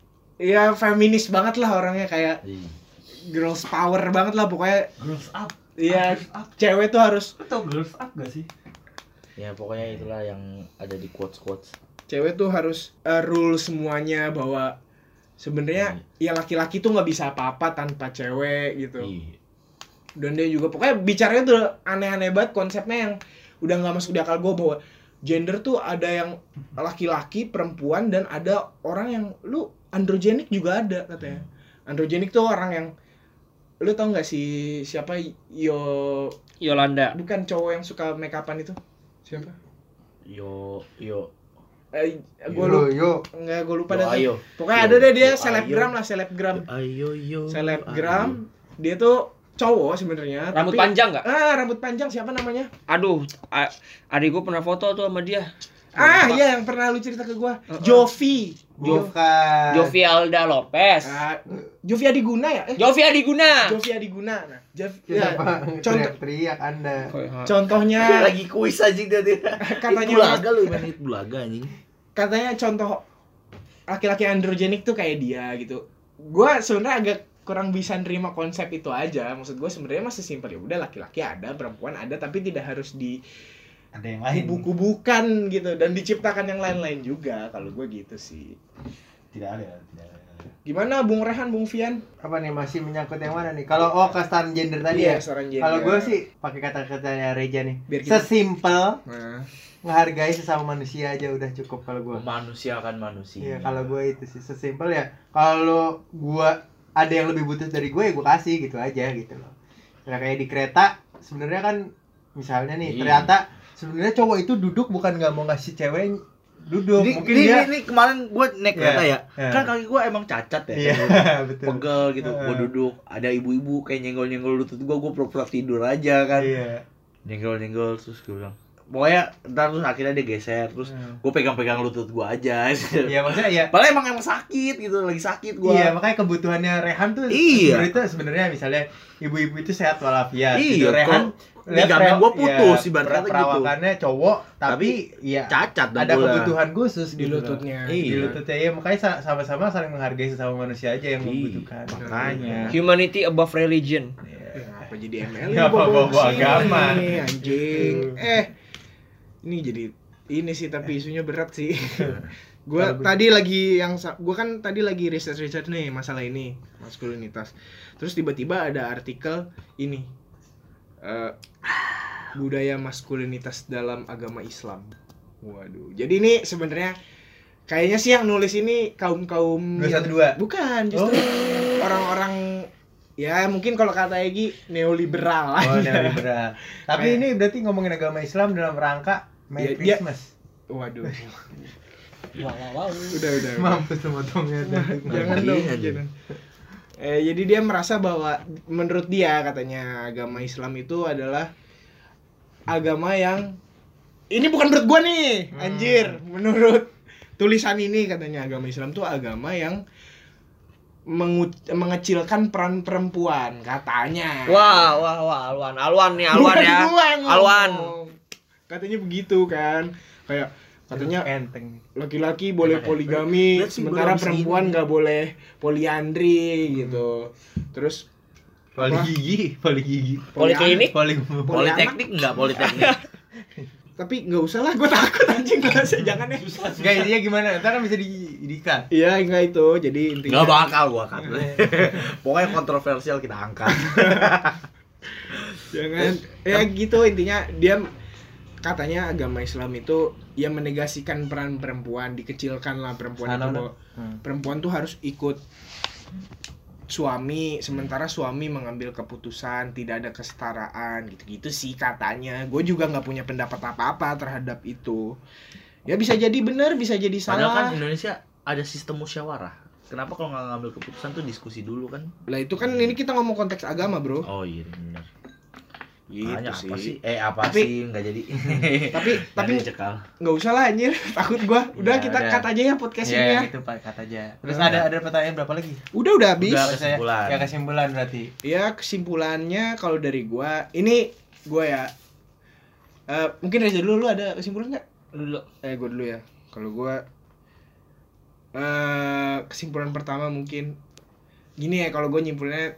Ya feminis banget lah orangnya, kayak girls power banget lah pokoknya. Girls up. Iya, cewek tuh harus. Lu tau girls up gak sih? Ya pokoknya itulah yang ada di quotes. Cewek tuh harus rule semuanya bahwa sebenarnya ya laki-laki tuh nggak bisa apa-apa tanpa cewek gitu. Dan dia juga pokoknya bicaranya tuh aneh-aneh banget konsepnya yang udah nggak masuk di akal gue bahwa gender tuh ada yang laki-laki, perempuan, dan ada orang yang lu androgenik juga ada katanya. Androgenik tuh orang yang lu tau nggak sih siapa Yolanda. Bukan cowok yang suka make upan itu. Siapa? Gue lupa dah. Pokoknya ada deh dia selebgram. Selebgram. Dia tuh cowok sebenarnya. Rambut panjang nggak? Rambut panjang siapa namanya? Aduh, adik gue pernah foto tuh sama dia. Iya yang pernah lu cerita ke gua. Jovi Alda Lopez. Jovi Adiguna ya? Jovi Adiguna. Nah, contoh teriak Anda. Contohnya Lagi kuis aja dia. katanya Bulaga anjing. Katanya contoh laki-laki androgenik tuh kayak dia gitu. Gua sebenarnya agak kurang bisa nerima konsep itu aja. Maksud gua sebenarnya masih simpel, ya udah laki-laki ada, perempuan ada, tapi tidak harus ada yang lain. Buku-bukan gitu dan diciptakan yang lain-lain juga. Kalau gue gitu sih. Tidak ada. Gimana Bung Rehan, Bung Fian? Apa nih masih menyangkut yang mana nih? Kalau kesetaraan gender tadi ya. Kalau gue sih pakai kata-katanya Reja nih. Sesimpel menghargai sesama manusia aja udah cukup kalau gue. Memanusiakan manusia. Iya, kalau gue itu sih sesimpel ya. Kalau gue ada yang lebih butuh dari gue ya gue kasih gitu aja gitu loh. Nah, kayak di kereta sebenarnya kan misalnya nih ternyata sebenarnya cowok itu duduk bukan nggak mau ngasih cewek duduk. Mungkin ini kemarin gue naik kereta ya. Kan kaki gue emang cacat ya. Betul. Pegel gitu. Gue duduk, ada ibu-ibu kayak nyenggol-nyenggol lutut gue pura-pura tidur aja kan. Nyenggol-nyenggol terus gue bilang, pokoknya ntar terus akhirnya dia geser terus gue pegang-pegang lutut gue aja. Iya maksudnya ya. Padahal emang sakit gitu, lagi sakit gue. Iya makanya kebutuhannya Rehan tuh sebenarnya misalnya ibu-ibu itu sehat walafiat. Iya. Rehan ligamen gue putus ibaratnya gitu. Perawakannya cowok tapi ya cacat ada kebutuhan khusus di lututnya. Di lututnya ya makanya sama-sama saling menghargai sesama manusia aja yang membutuhkan. Makanya. Humanity above religion. Apa jadi ML bawa agama anjing. Ini jadi ini sih tapi isunya berat sih. Gue tadi lagi research nih masalah ini maskulinitas. Terus tiba-tiba ada artikel ini budaya maskulinitas dalam agama Islam. Waduh. Jadi ini sebenarnya kayaknya sih yang nulis ini kaum 212. Bukan, justru orang-orang ya mungkin kalau kata Egi neoliberal aja. Neoliberal. Tapi ini berarti ngomongin agama Islam dalam rangka Merry Christmas. Waduh. Wow. Udah. Mampus memotongnya. Jangan dong. Jadi dia merasa bahwa menurut dia katanya agama Islam itu adalah agama yang ini bukan menurut gua nih, anjir. Menurut tulisan ini katanya agama Islam tuh agama yang mengecilkan peran perempuan katanya. Wah, Alwan ya. Alwan. Katanya begitu kan. Kayak katanya laki-laki boleh poligami, sementara perempuan nggak boleh poliandri gitu. Terus poliklinik, politeknik enggak politeknik. Tapi nggak usah lah, gue takut anjing jangan ya. Nggak intinya gimana? Ntar kan bisa diikat. Iya nggak itu, jadi intinya. Nggak bakal gua kan. Pokoknya kontroversial kita angkat. Jangan, ya gitu intinya dia katanya agama Islam itu ya menegasikan peran perempuan, dikecilkan lah perempuan itu. Perempuan tuh harus ikut suami, sementara suami mengambil keputusan, tidak ada kesetaraan gitu-gitu sih katanya. Gue juga nggak punya pendapat apa-apa terhadap itu. Ya bisa jadi benar, bisa jadi salah. Padahal kan Indonesia ada sistem musyawarah. Kenapa kalau nggak ngambil keputusan tuh diskusi dulu kan? Lah itu kan ini kita ngomong konteks agama bro. Oh iya benar. Gitu sih. Sih nggak jadi. tapi cekal. Nggak usah lah anjir, takut gua. Udah kita cut aja ya podcast ini ya. Itu cut aja. Terus ada pertanyaan berapa lagi? Udah habis. Ya kesimpulan berarti. Ya kesimpulannya kalau dari gua, ini gua ya. Mungkin Reza dulu, lu ada kesimpulan nggak? Dulu. Gua dulu ya. Kalau gua kesimpulan pertama mungkin gini ya, kalau gua nyimpulannya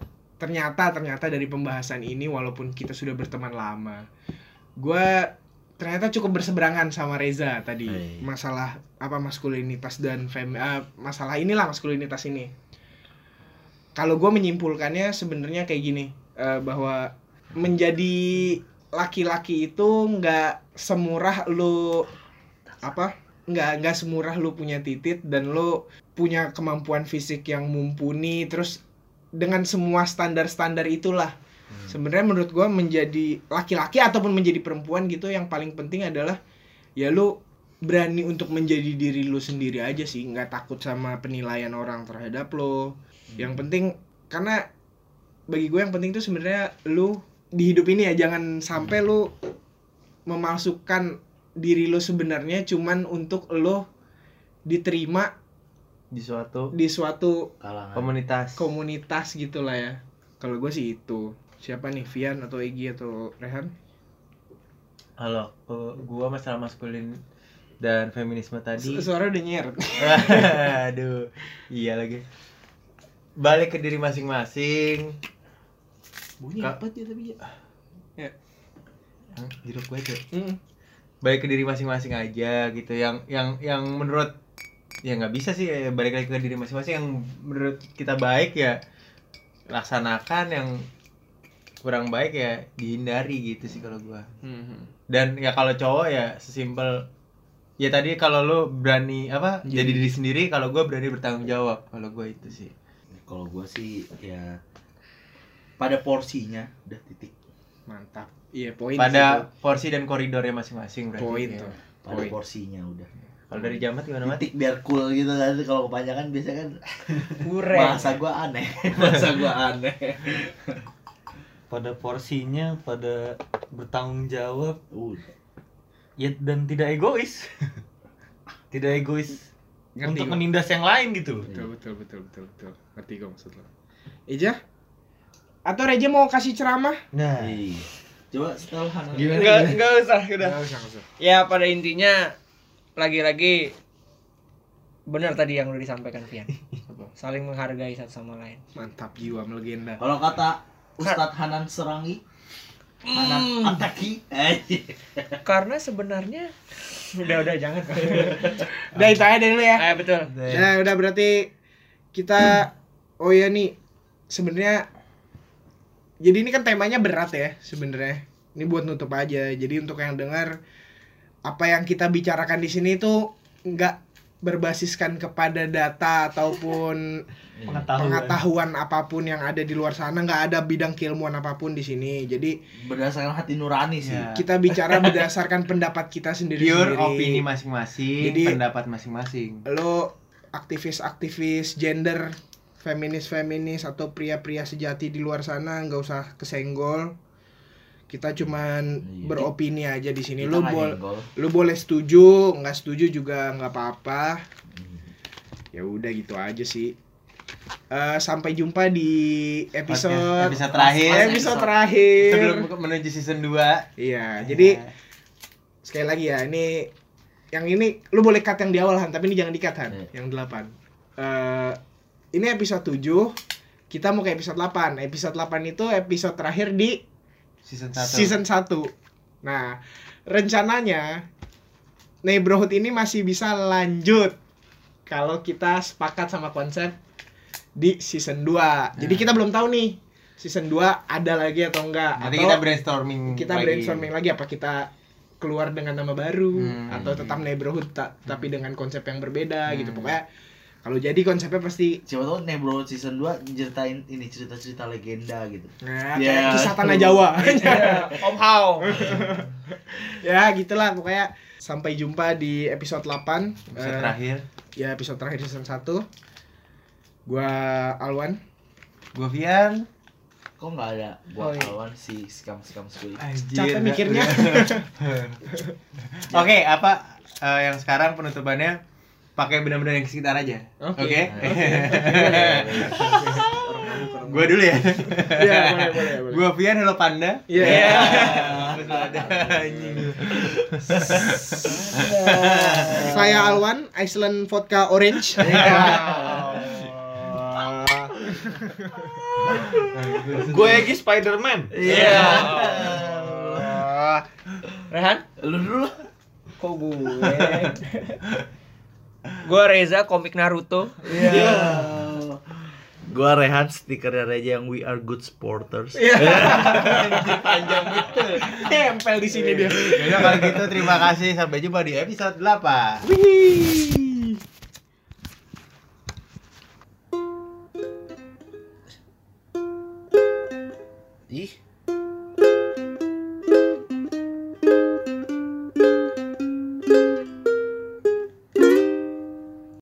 ternyata dari pembahasan ini, walaupun kita sudah berteman lama, gue ternyata cukup berseberangan sama Reza tadi. Masalah maskulinitas dan masalah maskulinitas ini. Kalau gue menyimpulkannya sebenarnya kayak gini, bahwa menjadi laki-laki itu nggak semurah lu nggak semurah lu punya titit dan lu punya kemampuan fisik yang mumpuni, terus dengan semua standar-standar itulah. Sebenarnya menurut gue menjadi laki-laki ataupun menjadi perempuan gitu, yang paling penting adalah ya lu berani untuk menjadi diri lu sendiri aja sih, nggak takut sama penilaian orang terhadap lo. Yang penting, karena bagi gue yang penting tuh sebenarnya lu di hidup ini ya jangan sampai lu memasukkan diri lu sebenarnya cuman untuk lo diterima di suatu komunitas gitulah ya. Kalau gue sih itu. Siapa nih, Vian atau Egi atau Rehan? Halo, gue masalah maskulin dan feminisme tadi. Suara udah nyeret. Aduh, iya lagi. Balik ke diri masing-masing. Bunyi apa dia tapi ya? Ya. Jeruk gue tuh. Balik ke diri masing-masing aja gitu. Yang menurut ya nggak bisa sih balik lagi ke diri masing-masing. Yang menurut kita baik ya laksanakan, yang kurang baik ya dihindari gitu sih kalau gua. Dan ya kalau cowok ya sesimpel ya tadi, kalau lu berani jadi diri sendiri, kalau gua berani bertanggung jawab. Kalau gua itu sih. Kalau gua sih ya pada porsinya udah titik. Mantap. Iya, poin. Pada porsi dan koridornya masing-masing berarti. Poin ya. tuh. Pada porsinya udah. Kalau dari Jamat gimana, Mat? Titik biar cool gitu kan. Kalau kebanyakan biasanya kan bahasa gua aneh. Pada porsinya, pada bertanggung jawab, ya, dan tidak egois. Tidak egois untuk menindas yang lain gitu. Betul. Ngerti gue maksud lo. Ija? Atau Reja mau kasih ceramah? Nah, coba setelah Hana. Enggak usah, udah. Enggak usah. Ya pada intinya lagi-lagi benar tadi yang udah disampaikan Vian. Saling menghargai satu sama lain. Mantap, jiwa melegenda. Kalau kata Ustadz Hanan Serangi, Hanan Ataki. Karena sebenarnya udah jangan. Udah itu aja dulu ya. Betul. Nah, udah berarti kita nih sebenarnya jadi ini kan temanya berat ya sebenarnya. Ini buat nutup aja. Jadi untuk yang dengar, apa yang kita bicarakan di sini itu nggak berbasiskan kepada data ataupun pengetahuan apapun yang ada di luar sana, nggak ada bidang keilmuan apapun di sini. Jadi berdasarkan hati nurani sih. Kita bicara berdasarkan pendapat kita sendiri. Pure opini masing-masing, jadi, pendapat masing-masing. Lo aktivis gender, feminis atau pria-pria sejati di luar sana nggak usah kesenggol. Kita cuman beropini aja di sini. Lu boleh setuju, nggak setuju juga nggak apa-apa. Ya udah gitu aja sih. Sampai jumpa di episode terakhir. Sebelum menuju season 2. Iya, jadi sekali lagi ya, yang ini lu boleh cut yang di awal Han, tapi ini jangan di-cut Han, yang 8. Ini episode 7. Kita mau ke episode 8. Episode 8 itu episode terakhir di Season 1. Nah, rencananya Neighborhood ini masih bisa lanjut kalau kita sepakat sama konsep di season 2. Jadi kita belum tahu nih season 2 ada lagi atau enggak. Nanti atau kita brainstorming lagi apa kita keluar dengan nama baru atau tetap Neighborhood tapi dengan konsep yang berbeda gitu. Pokoknya kalau jadi konsepnya pasti siapa tahu Neighborhood season 2 ceritain ini cerita-cerita legenda gitu. Nah, kayak kisah tanah Jawa. Om Hao. Ya, gitulah pokoknya. Sampai jumpa di episode 8. Episode terakhir. Ya, episode terakhir season 1. Gua Alwan. Gua Vian. Kok enggak ada gua Alwan si skam sekali. Capek mikirnya. Oke, yang sekarang penutupannya pakai benar-benar yang sekitar aja. Oke. Gua dulu ya. Iya, boleh. Gua Vian, Hello Panda. Iya. Saya Alwan, Iceland Vodka Orange. Gue Egi Spider-Man. Iya. Rehan? Lu dulu. Kok gue? Gue Reza, komik Naruto. Iya. Gua Rehan, stikernya Reja yang We Are Good Sporters. Panjang gitu. Tempel di sini dia. Ya kalau gitu terima kasih, sampai jumpa di episode 8. Wih. Ih.